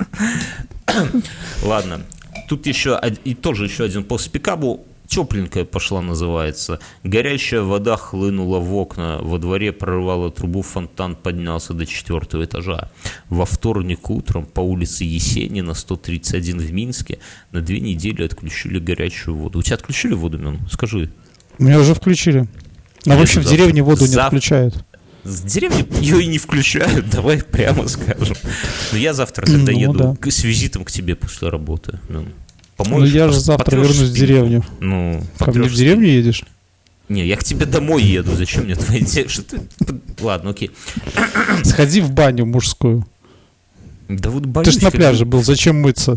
Ладно. Тут еще один пост Пикабу. Тепленькая пошла, называется. Горячая вода хлынула в окна. Во дворе прорвала трубу, фонтан поднялся до 4-го этажа. Во вторник утром по улице Есенина, 131 в Минске, на 2 недели отключили горячую воду. У тебя отключили воду, Мин? Скажи. У меня уже включили. Но вообще в деревне воду не отключают. С деревни ее и не включают, давай прямо скажем. Но я завтра тогда еду с визитом к тебе после работы. Ну я же завтра вернусь в деревню. Ну, ко мне в деревню едешь? Не, я к тебе домой еду. Зачем мне твои деньги? Ладно, окей. Сходи в баню мужскую. Да вот боюсь. Ты ж на пляже был, зачем мыться?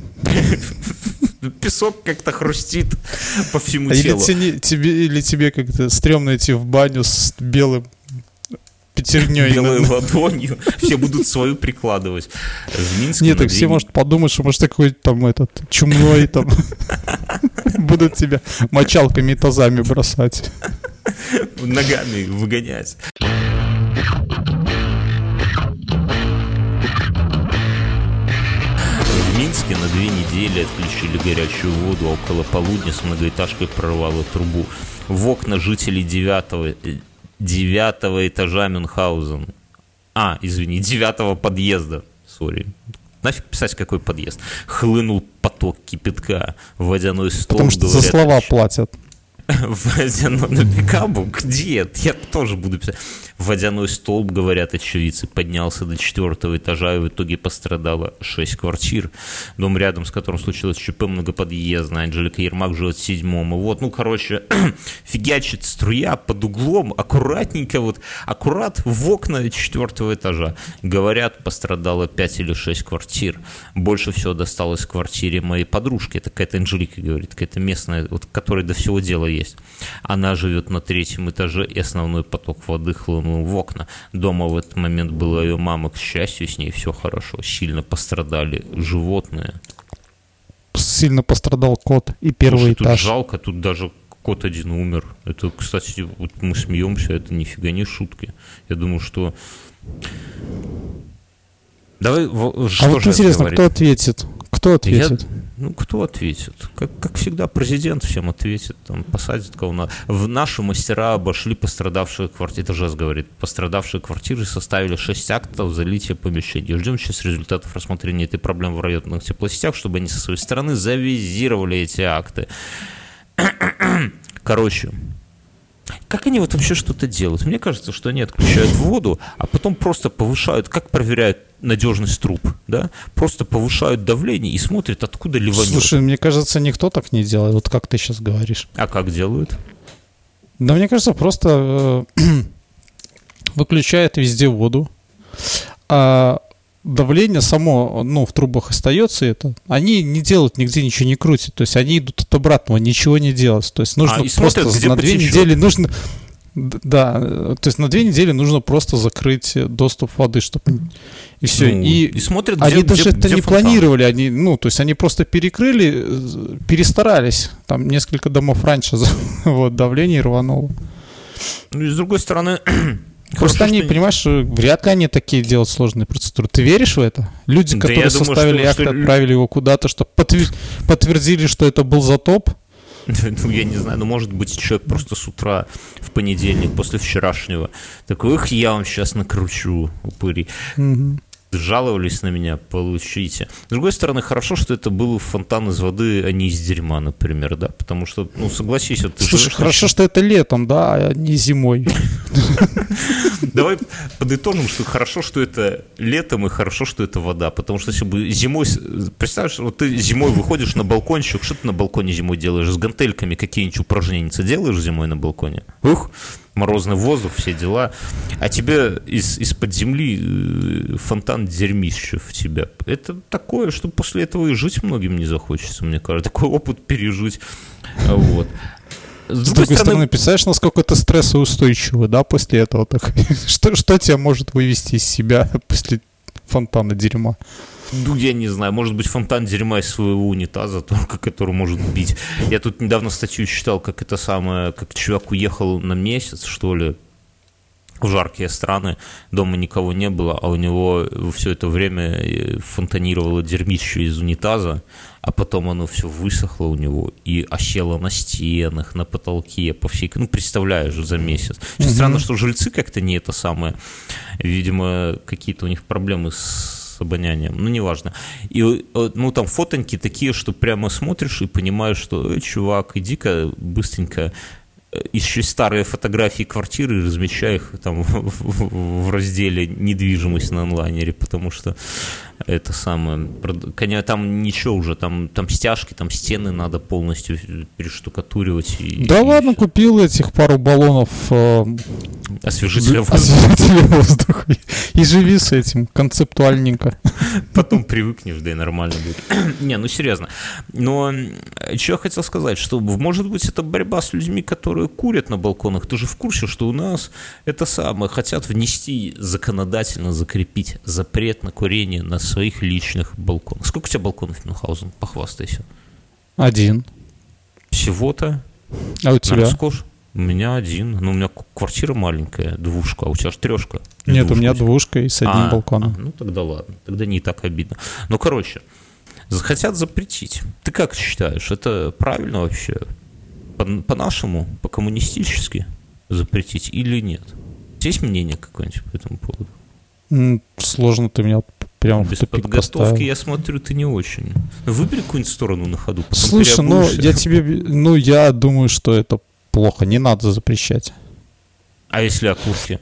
Песок как-то хрустит по всему телу. Или тебе как-то стрёмно идти в баню с белым пятерней. Белой ладонью. Все будут свою прикладывать. В Минске. Нет, так все, может, подумать, что, может, какой-то там чумной там будут тебя мочалками и тазами бросать. Ногами выгонять. В Минске на 2 недели отключили горячую воду, а около полудня с многоэтажкой прорвало трубу. В окна жителей 9-го этажа Мюнхгаузен. 9-го подъезда. Сори. Нафиг писать, какой подъезд. Хлынул поток кипятка. Водяной столб. Потому что за слова платят. Водяной Пикабу? Где? Я тоже буду писать. Водяной столб, говорят очевидцы, поднялся до 4-го этажа, и в итоге пострадало 6 квартир. Дом, рядом с которым случилось ЧП, многоподъездный. Анжелика Ермак живет в 7-м. И вот, фигачит струя под углом, аккуратненько, аккурат в окна 4-го этажа. Говорят, пострадало 5 или 6 квартир. Больше всего досталось квартире моей подружки. Это какая-то Анжелика, говорит, какая-то местная, которой до всего дела есть. Она живет на 3-м этаже, и основной поток воды хлынул в окна. Дома в этот момент была ее мама. К счастью, с ней все хорошо. Сильно пострадали животные. сильно пострадал кот и первый этаж. Тут жалко, тут даже кот один умер. Это, кстати, вот мы смеемся, это нифига не шутки. Я думаю, что... Давай, что вот интересно, кто ответит? Кто ответит? Кто ответит? Как всегда, президент всем ответит, там, посадит кого надо. Наши мастера обошли пострадавшие квартиры, это ЖЭС говорит, пострадавшие квартиры составили 6 актов залития помещений. Ждем сейчас результатов рассмотрения этой проблемы в районных теплосетях, чтобы они со своей стороны завизировали эти акты. Короче, как они вот вообще что-то делают? Мне кажется, что они отключают воду, а потом просто повышают, как проверяют надежность труб, да? Просто повышают давление и смотрят, откуда ливанет. Слушай, мне кажется, никто так не делает, вот как ты сейчас говоришь. А как делают? Да мне кажется, просто выключают везде воду, а давление само, в трубах остается это. Они не делают, нигде ничего не крутят. То есть они идут от обратного, ничего не делать. То есть нужно просто смотрят, на 2 недели нужно... Да, то есть на 2 недели нужно просто закрыть доступ воды, чтобы... И все. И смотрят, они даже это не планировали. Они, то есть они просто перекрыли, перестарались. Там несколько домов раньше вот, давление рвануло. И с другой стороны... Просто они, понимаешь, вряд ли они такие делают сложные процедуры. Ты веришь в это? Люди, которые составили акт, отправили его куда-то, чтобы подтвердили, что это был затоп? Я не знаю, может быть, человек просто с утра в понедельник, после вчерашнего, такой, я вам сейчас накручу, упыри. Жаловались на меня, получите. С другой стороны, хорошо, что это был фонтан из воды, а не из дерьма, например, да, потому что, согласись, вот ты... Слушай, хорошо, что это летом, да, а не зимой. Давай подытожим, что хорошо, что это летом, и хорошо, что это вода, потому что если бы зимой... Представляешь, вот ты зимой выходишь на балкончик, что ты на балконе зимой делаешь? С гантельками какие-нибудь упражнения делаешь зимой на балконе? Морозный воздух, все дела, а тебе из-под земли фонтан дерьмища в тебя. Это такое, что после этого и жить многим не захочется, мне кажется. Такой опыт пережить. Вот. С другой стороны, представляешь, насколько ты стрессоустойчивый, да, после этого? Что тебя может вывести из себя после фонтана дерьма? Я не знаю, может быть, фонтан дерьма из своего унитаза, только который может бить. Я тут недавно статью читал, как чувак уехал на месяц, что ли, в жаркие страны, дома никого не было, а у него все это время фонтанировало дерьмище из унитаза, а потом оно все высохло у него и осело на стенах, на потолке, по всей... представляешь, за месяц. Странно, что жильцы как-то не это самое. Видимо, какие-то у них проблемы с обонянием, неважно. И, там фотоньки такие, что прямо смотришь и понимаешь, что, чувак, иди-ка быстренько ищи старые фотографии квартиры и размещай их там в разделе «Недвижимость» на онлайнере, потому что это самое... Там ничего уже, там стяжки, там стены надо полностью перештукатуривать. Ладно, купил этих пару баллонов освежителя воздуха и живи с этим концептуальненько. Потом привыкнешь, да и нормально будет. Не, серьезно. Но что я хотел сказать, что, может быть, это борьба с людьми, которые курят на балконах. Ты же в курсе, что у нас это самое хотят внести законодательно, закрепить запрет на курение на своих личных балконах. Сколько у тебя балконов, Мюнхгаузен? Похвастайся. 1. Всего-то? А у тебя? Роскошь? У меня 1. У меня квартира маленькая, 2, а у тебя же 3. Нет, у меня 2 и с одним балконом. Тогда ладно. Тогда не так обидно. Хотят запретить. Ты как считаешь, это правильно вообще? По-нашему, по-коммунистически запретить или нет? Есть мнение какое-нибудь по этому поводу? Сложно, ты меня прямо в тупик поставил. Без подготовки, я смотрю, ты не очень. Выбери какую-нибудь сторону на ходу. Слушай, я думаю, что это плохо, не надо запрещать. А если окурки?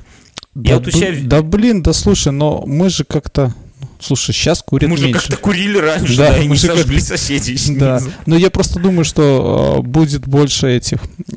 Слушай, но мы же как-то... Слушай, сейчас курят меньше. Мы же как-то курили раньше, да, и не сожгли соседей. Да, но я просто думаю, что будет больше этих,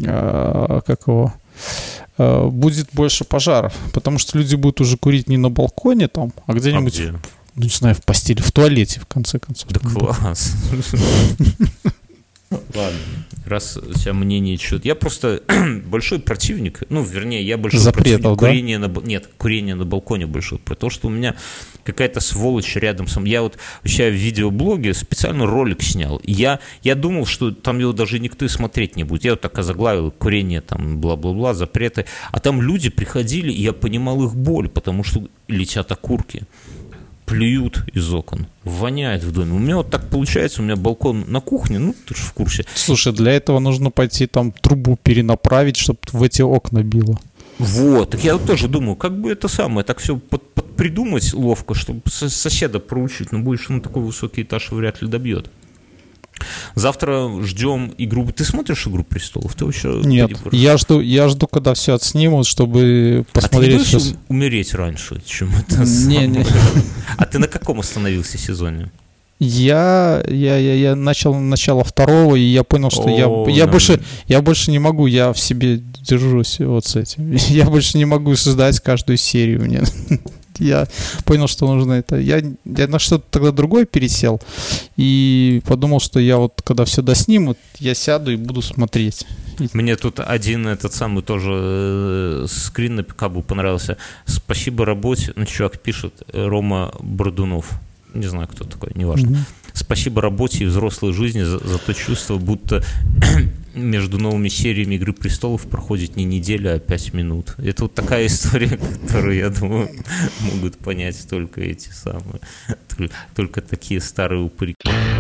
будет больше пожаров, потому что люди будут уже курить не на балконе там, а где-нибудь, не знаю, в постели, в туалете, в конце концов. Да класс. Ладно, раз у тебя мнение что-то... Я просто большой противник, ну, вернее, я большой запретов, противник курения, да? Нет, курения на балконе большой, потому что у меня какая-то сволочь рядом со мной. Я вот у себя в видеоблоге специально ролик снял. Я думал, что там его даже никто и смотреть не будет. Я вот так озаглавил: курение, там, бла-бла-бла, запреты. А там люди приходили, и я понимал их боль, потому что летят окурки. Плюют из окон, воняет в доме. У меня вот так получается, у меня балкон на кухне, ну, ты же в курсе. Слушай, для этого нужно пойти там трубу перенаправить, чтобы в эти окна било. Вот, так я вот тоже думаю, как бы это самое, так все придумать ловко, чтобы соседа проучить, но больше он такой высокий этаж вряд ли добьет. Завтра ждем игру. Ты смотришь «Игру престолов»? Ты вообще... Нет, я жду, когда все отснимут, чтобы посмотреть. А ты не будешь умереть раньше, чем это самое? Не. А ты на каком остановился сезоне? Я начал начало второго, и я понял, что я больше не могу, я в себе держусь вот с этим. Я больше не могу ждать каждую серию. Мне. Я понял, что нужно это. Я на что-то тогда другое пересел и подумал, что я вот, когда все доснимут, я сяду и буду смотреть. Мне тут один этот самый тоже скрин на Пикабу понравился. Спасибо работе. Ну, чувак пишет, Рома Бордунов. Не знаю, кто такой, неважно. Спасибо работе и взрослой жизни за то чувство, будто между новыми сериями «Игры престолов» проходит не неделя, а 5 минут. Это вот такая история, которую, я думаю, могут понять только эти самые, только такие старые упыри.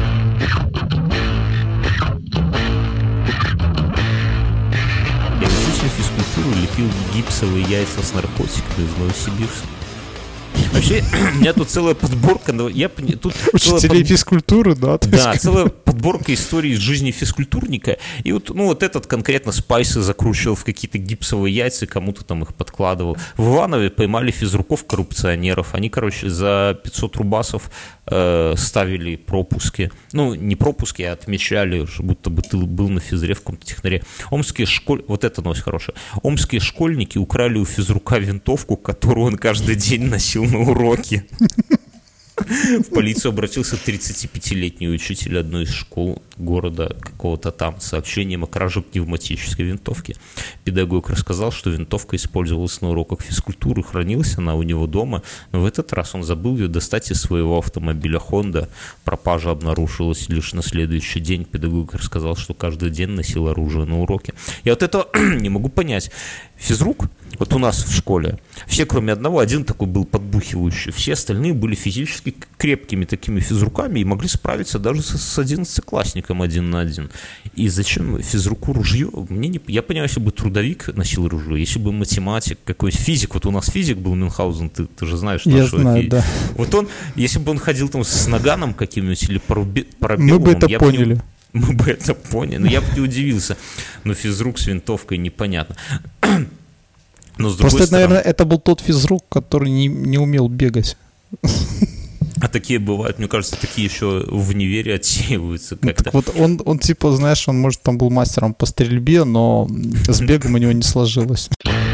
Я учитель физкультуры лепил гипсовые яйца с наркотиками в Новосибирске. Вообще, у меня тут целая подборка. Учителей физкультуры, да? Да, целая подборка историй из жизни физкультурника. И вот, ну, вот этот конкретно спайсы закручивал в какие-то гипсовые яйца, кому-то там их подкладывал. В Иванове поймали физруков-коррупционеров. Они, короче, за 500 рубасов ставили пропуски. Ну, не пропуски, а отмечали, будто бы ты был на физре в каком-то технаре. Вот эта новость хорошая. Омские школьники украли у физрука винтовку, которую он каждый день носил на уроки. В полицию обратился 35-летний учитель одной из школ города какого-то там с сообщением о краже пневматической винтовки. Педагог рассказал, что винтовка использовалась на уроках физкультуры, хранилась она у него дома, но в этот раз он забыл ее достать из своего автомобиля Honda. Пропажа обнаружилась лишь на следующий день. Педагог рассказал, что каждый день носил оружие на уроке. Я вот это не могу понять. Физрук, вот у нас в школе, все кроме одного, один такой был подбухивающий, все остальные были физически крепкими такими физруками и могли справиться даже с 11-классником 1 на 1. И зачем физруку ружье? Я понимаю, если бы трудовик носил ружье, если бы математик, какой-нибудь физик, вот у нас физик был Мюнхгаузен, ты же знаешь. Я знаю, да. Вот он, если бы он ходил там с наганом каким-нибудь или парабеллумом, мы бы это поняли. Мы бы это поняли, но я бы не удивился. Но физрук с винтовкой непонятно. Но с просто, стороны, наверное, это был тот физрук, который не умел бегать. А такие бывают, мне кажется, такие еще в универе отсеиваются как-то. Так вот он типа, знаешь, он, может, там был мастером по стрельбе, но с бегом у него не сложилось.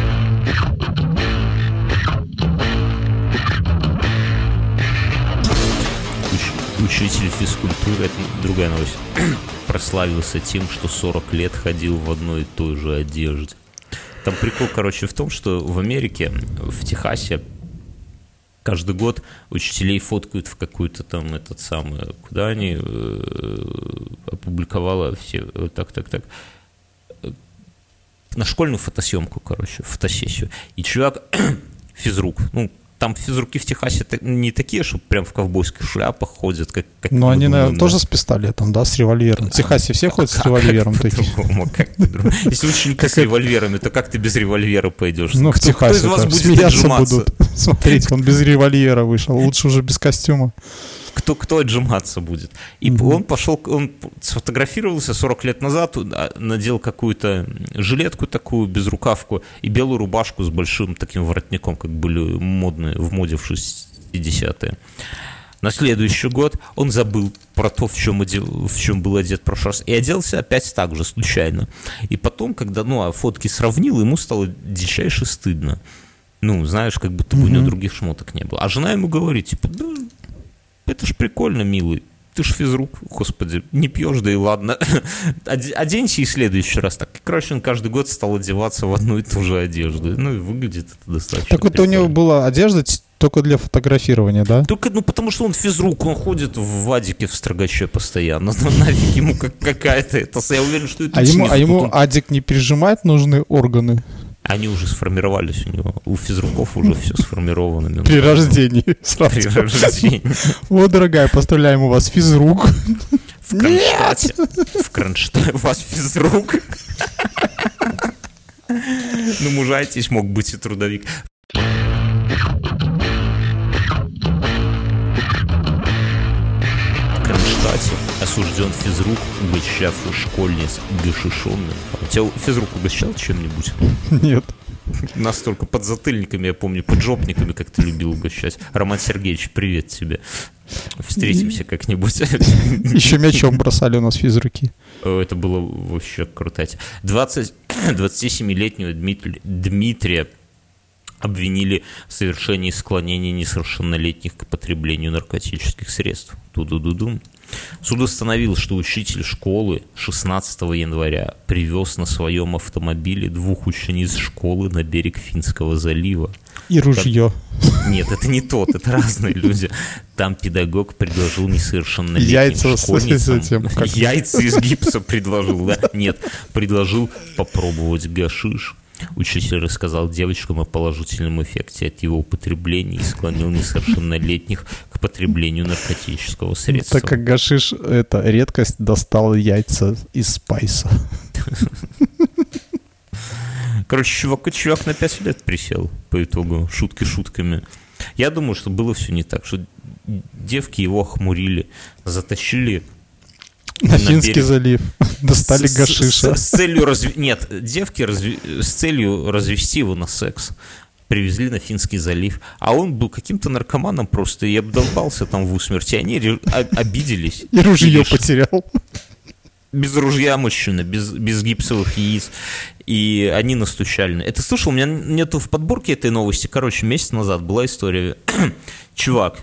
Учитель физкультуры, это другая новость, прославился тем, что 40 лет ходил в одной и той же одежде. Там прикол, короче, в том, что в Америке, в Техасе, каждый год учителей фоткают в какую-то там, куда они опубликовала все, так, на школьную фотосъемку, короче, фотосессию. И чувак, физрук, ну, там физруки в Техасе не такие, что прям в ковбойских шляпах ходят, как ну, они, наверное, тоже с пистолетом, да, с револьвером. В Техасе все ходят с револьвером. Если ученики с револьверами, то как ты без револьвера пойдешь? Ну, в Техасе смеяться будут. Смотрите, он без револьвера вышел, лучше уже без костюма. Кто отжиматься будет? И он сфотографировался 40 лет назад, надел какую-то жилетку такую, безрукавку, и белую рубашку с большим таким воротником, как были модные в моде в 60-е. На следующий год он забыл про то, в чем был одет в прошлый раз, и оделся опять так же, случайно. И потом, когда фотки сравнил, ему стало дичайше стыдно. Ну, знаешь, как будто бы у него других шмоток не было. А жена ему говорит, типа, да, это ж прикольно, милый. Ты ж физрук, господи, не пьешь, да и ладно. Оденься и в следующий раз. Так, короче, он каждый год стал одеваться в одну и ту же одежду. Ну, и выглядит это достаточно Так вот у него была одежда только для фотографирования, да? Только, потому что он физрук, он ходит в вадике в строгаче постоянно. Ну, нафиг ему какая-то это... Я уверен, что это ему адик не пережимает нужные органы? Они уже сформировались у него. У физруков уже все сформировано. При рождении сразу. При рождении. Вот, дорогая, поздравляем, у вас физрук. В Кронштадте. В Кронштадте у вас физрук. Ну, мужайтесь, мог быть и трудовик. В Кронштадте осужден физрук, угощавший школьниц гашишонным. А у тебя физрук угощал чем-нибудь? Нет. Нас только подзатыльниками, я помню, поджопниками, как ты любил угощать. Роман Сергеевич, привет тебе. Встретимся как-нибудь. Еще мячом бросали у нас физруки. Это было вообще круто. 27-летнего Дмитрия обвинили в совершении склонения несовершеннолетних к потреблению наркотических средств. Ту-ду-ду-дум. Суд установил, что учитель школы 16 января привез на своем автомобиле 2 учениц школы на берег Финского залива. И ружье. Нет, это не тот, это разные люди. Там педагог предложил несовершеннолетним школьницам... Яйца из гипса предложил, да? Нет, предложил попробовать гашиш. Учитель рассказал девочкам о положительном эффекте от его употребления и склонил несовершеннолетних к потреблению наркотического средства. Так как гашиш — это редкость, достал яйца из спайса. Короче, чувак на 5 лет присел по итогу, шутки шутками. Я думаю, что было все не так, что девки его охмурили, затащили на Финский залив, достали гашиша. С целью Нет, девки с целью развести его на секс привезли на Финский залив, а он был каким-то наркоманом просто и обдолбался там в усмерть, и они обиделись. И ружье потерял. Без ружья мужчина, без гипсовых яиц. И они настучали. Это слушал, у меня нету в подборке этой новости. Короче, месяц назад была история. Чувак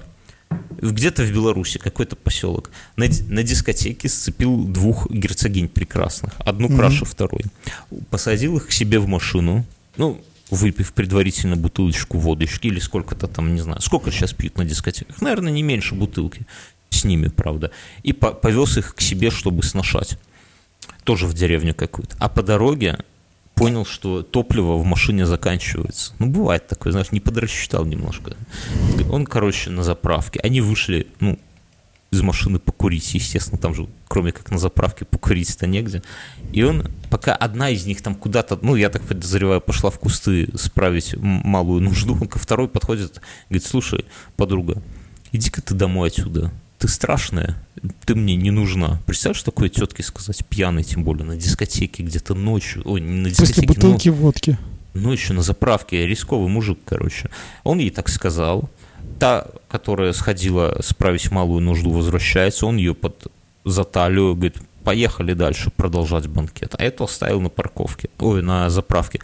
где-то в Беларуси, какой-то поселок, на дискотеке сцепил 2 герцогинь прекрасных, одну краше второй. Посадил их к себе в машину, ну, выпив предварительно бутылочку водочки или сколько-то там, не знаю, сколько сейчас пьют на дискотеках, наверное, не меньше бутылки, с ними, правда, и повез их к себе, чтобы сношать, тоже в деревню какую-то, а по дороге понял, что топливо в машине заканчивается. Ну, бывает такое, знаешь, не подрасчитал немножко. Он, короче, на заправке. Они вышли, ну, из машины покурить, естественно, там же, кроме как на заправке, покурить-то негде. И он, пока одна из них там куда-то, ну, я так подозреваю, пошла в кусты справить малую нужду, он ко второй подходит, говорит: слушай, подруга, иди-ка ты домой отсюда. Ты страшная, ты мне не нужна. Представляешь, такое тетке сказать, пьяной, тем более, на дискотеке где-то ночью. Ой, не на дискотеке. После бутылки водки. Ночью на заправке, рисковый мужик, короче. Он ей так сказал. Та, которая сходила справить малую нужду, возвращается, он ее за талию, говорит: поехали дальше продолжать банкет. А эту оставил на парковке, на заправке.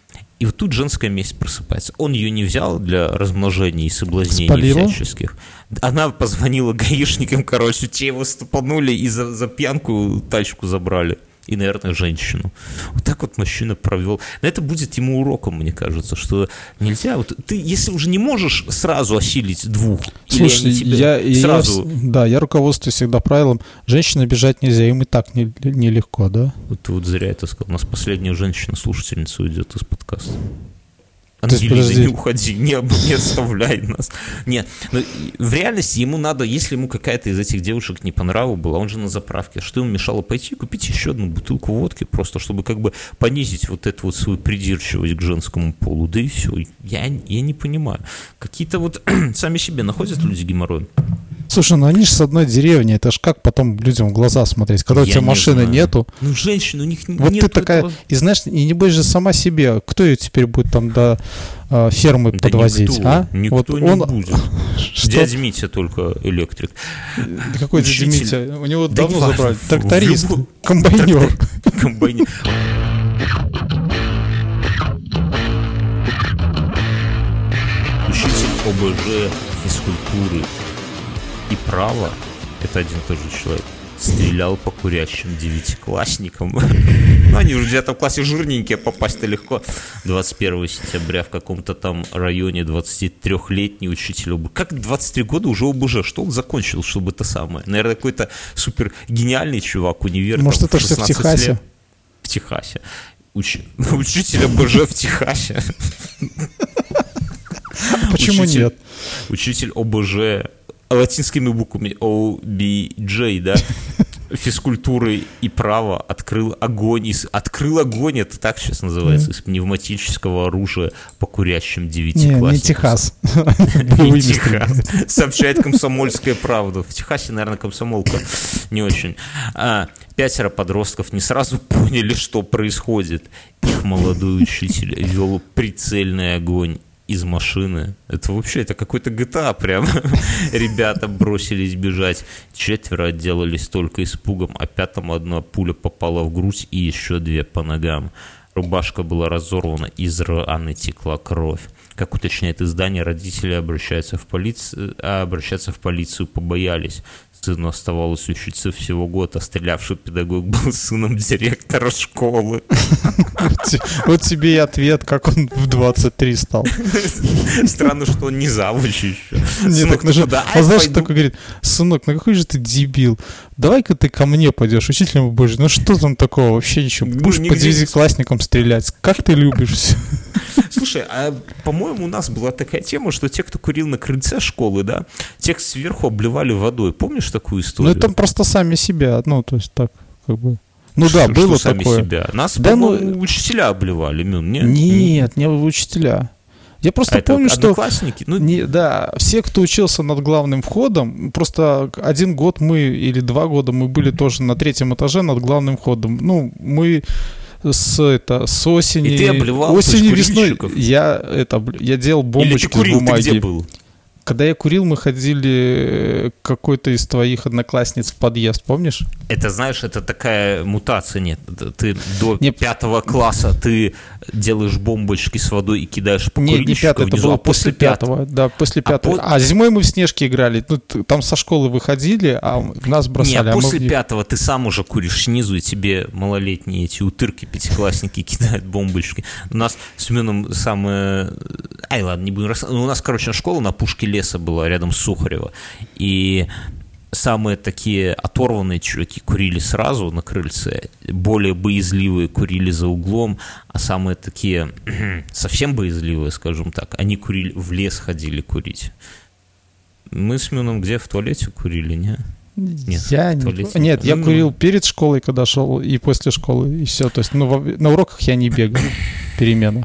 И вот тут женская месть просыпается. Он ее не взял для размножения и соблазнений всяческих. Она позвонила гаишникам, короче, те его стопанули и за пьянку тачку забрали. И, наверное, женщину. Вот так вот мужчина провел. Но это будет ему уроком, мне кажется, что нельзя. Вот ты, если уже не можешь сразу осилить 2, слушай, или они тебе сразу... я руководствуюсь всегда правилом: женщин обижать нельзя, им и так нелегко, да? Вот ты вот зря это сказал. У нас последняя женщина-слушательница уйдет из подкаста. Ангелина, не уходи, не оставляй нас. Нет, но в реальности ему надо, если ему какая-то из этих девушек не по нраву была, он же на заправке, что ему мешало пойти купить еще одну бутылку водки, просто чтобы как бы понизить вот эту вот свою придирчивость к женскому полу, да и все. Я не понимаю. Какие-то вот сами себе находят люди геморрой. Слушай, ну они же с одной деревни, это ж как потом людям в глаза смотреть, когда у тебя машины нету. Ну, женщин у них вот нет. Вот ты такая, этого... и знаешь, и не будешь же сама себе, кто ее теперь будет там до фермы подвозить, никто, а? Никто вот не будет. Дядя Митя только электрик. Какой дядя Митя? У него давно забрали. Тракторист, комбайнер. Комбайнер. Учитель ОБЖ физкультуры и права это один и тот же человек, стрелял по курящим девятиклассникам. Ну, они уже в 9 классе жирненькие, попасть-то легко. 21 сентября в каком-то там районе 23-летний учитель ОБЖ. Как 23 года уже ОБЖ? Что он закончил, чтобы это самое? Наверное, какой-то супер гениальный чувак, универ. Может, это все в Техасе? Лет. В Техасе. Учитель ОБЖ в Техасе. Почему нет? Учитель ОБЖ латинскими буквами OBJ, да, физкультуры и права открыл огонь, это так сейчас называется, из пневматического оружия по курящим девятиклассникам. Не Техас. Не Техас. Сообщает «Комсомольская правда». В Техасе, наверное, комсомолка не очень. 5 подростков не сразу поняли, что происходит. Их молодой учитель вел прицельный огонь из машины. Это вообще, это какой-то GTA прям. Ребята бросились бежать. 4 отделались только испугом, а 5-му одна пуля попала в грудь и еще 2 по ногам. Рубашка была разорвана, из раны текла кровь. Как уточняет издание, родители обращаться в полицию побоялись. Сыну оставалось учиться всего год, а стрелявший педагог был сыном директора школы. Вот тебе и ответ, как он в 23 стал. Странно, что он не завуч еще. Нет, так знаешь, что такой говорит: сынок, ну какой же ты дебил. Давай-ка ты ко мне пойдешь, учителем будешь. Ну что там такого, вообще ничего. Будешь по девятиклассникам стрелять. Как ты любишь все. Слушай, а по-моему, у нас была такая тема, что те, кто курил на крыльце школы, да, тех сверху обливали водой. Помнишь такую историю? Ну, это просто сами себя, ну, то есть так, как бы. Ну да, было сами такое. Себя? Нас, да, по-моему, учителя обливали, нет? Нет, не учителя. Я просто помню, что... Одноклассники? Да, все, кто учился над главным входом, просто 1 год мы, или 2 года мы были тоже на 3-м этаже над главным входом. Ну, мы... С осени, и ты обливал весной я делал бомбочки из бумаги. Ты где был? Когда я курил, мы ходили к какой-то из твоих одноклассниц в подъезд, помнишь? Это, знаешь, это такая мутация, нет. Ты до 5 класса ты делаешь бомбочки с водой и кидаешь по курильщику. Нет, не 5, это было после 5. Да, после 5. А зимой мы в снежки играли. Ну, там со школы выходили, а нас бросали. Нет, после 5 ты сам уже куришь снизу, и тебе малолетние эти утырки, 5-классники кидают бомбочки. У нас с Семеном самое... Ай, ладно, не будем рассказывать. У нас, короче, школа на Пушке леса была рядом с Сухарево. И самые такие оторванные чуваки курили сразу на крыльце, более боязливые курили за углом, а самые такие совсем боязливые, скажем так, они курили, в лес ходили курить. Мы с Семеном где, в туалете курили, не? Нет, я курил перед школой, когда шел, и после школы, и все. То есть на уроках я не бегал, в переменах.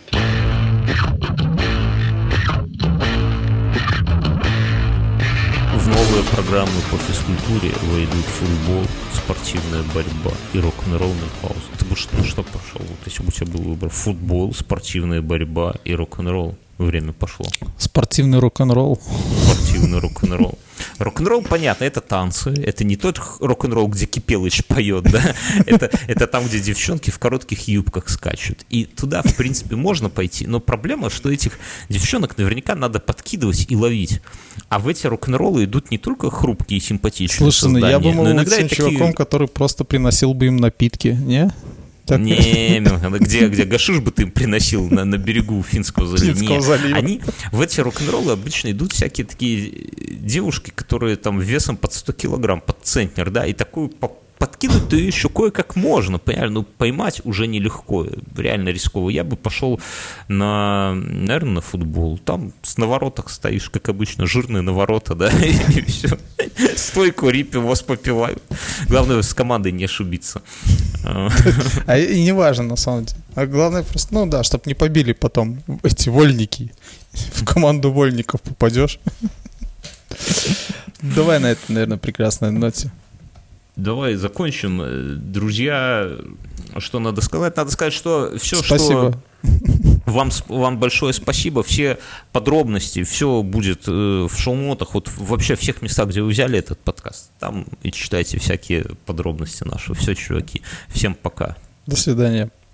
В новые программы по физкультуре войдут футбол, спортивная борьба и рок-н-ролльная пауза. Ты бы что пошел? Вот если бы у тебя был выбор: футбол, спортивная борьба и рок-н-ролл. Время пошло. Спортивный рок-н-ролл. Спортивный рок-н-ролл. Рок-н-ролл, понятно, это танцы. Это не тот рок-н-ролл, где Кипелыч поет, да? Это там, где девчонки в коротких юбках скачут. И туда, в принципе, можно пойти. Но проблема, что этих девчонок наверняка надо подкидывать и ловить. А в эти рок-н-роллы идут не только хрупкие и симпатичные создания. Слушай, я бы мог быть тем чуваком, который просто приносил бы им напитки, не? Не, где гашиш бы ты им приносил на берегу Финского залива? Они в эти рок-н-роллы обычно идут всякие такие девушки, которые там весом под 100 килограмм, под центнер, да, и такую подкинуть-то еще кое-как можно, понимаешь, но поймать уже нелегко, реально рисково. Я бы пошел наверное, на футбол. Там с наворотах стоишь, как обычно, жирные наворота, да, и все. Стой, кури, пивос попивай. Главное, с командой не ошибиться. И не важно, на самом деле. А главное просто, ну да, чтобы не побили потом эти вольники. В команду вольников попадешь. Давай на этой, наверное, прекрасной ноте. Давай закончим. Друзья, что надо сказать? Надо сказать, что все, спасибо. Что вам большое спасибо. Все подробности, все будет в шоу-нотах, вот вообще в всех местах, где вы взяли этот подкаст. Там и читайте всякие подробности наши. Все, чуваки. Всем пока. До свидания.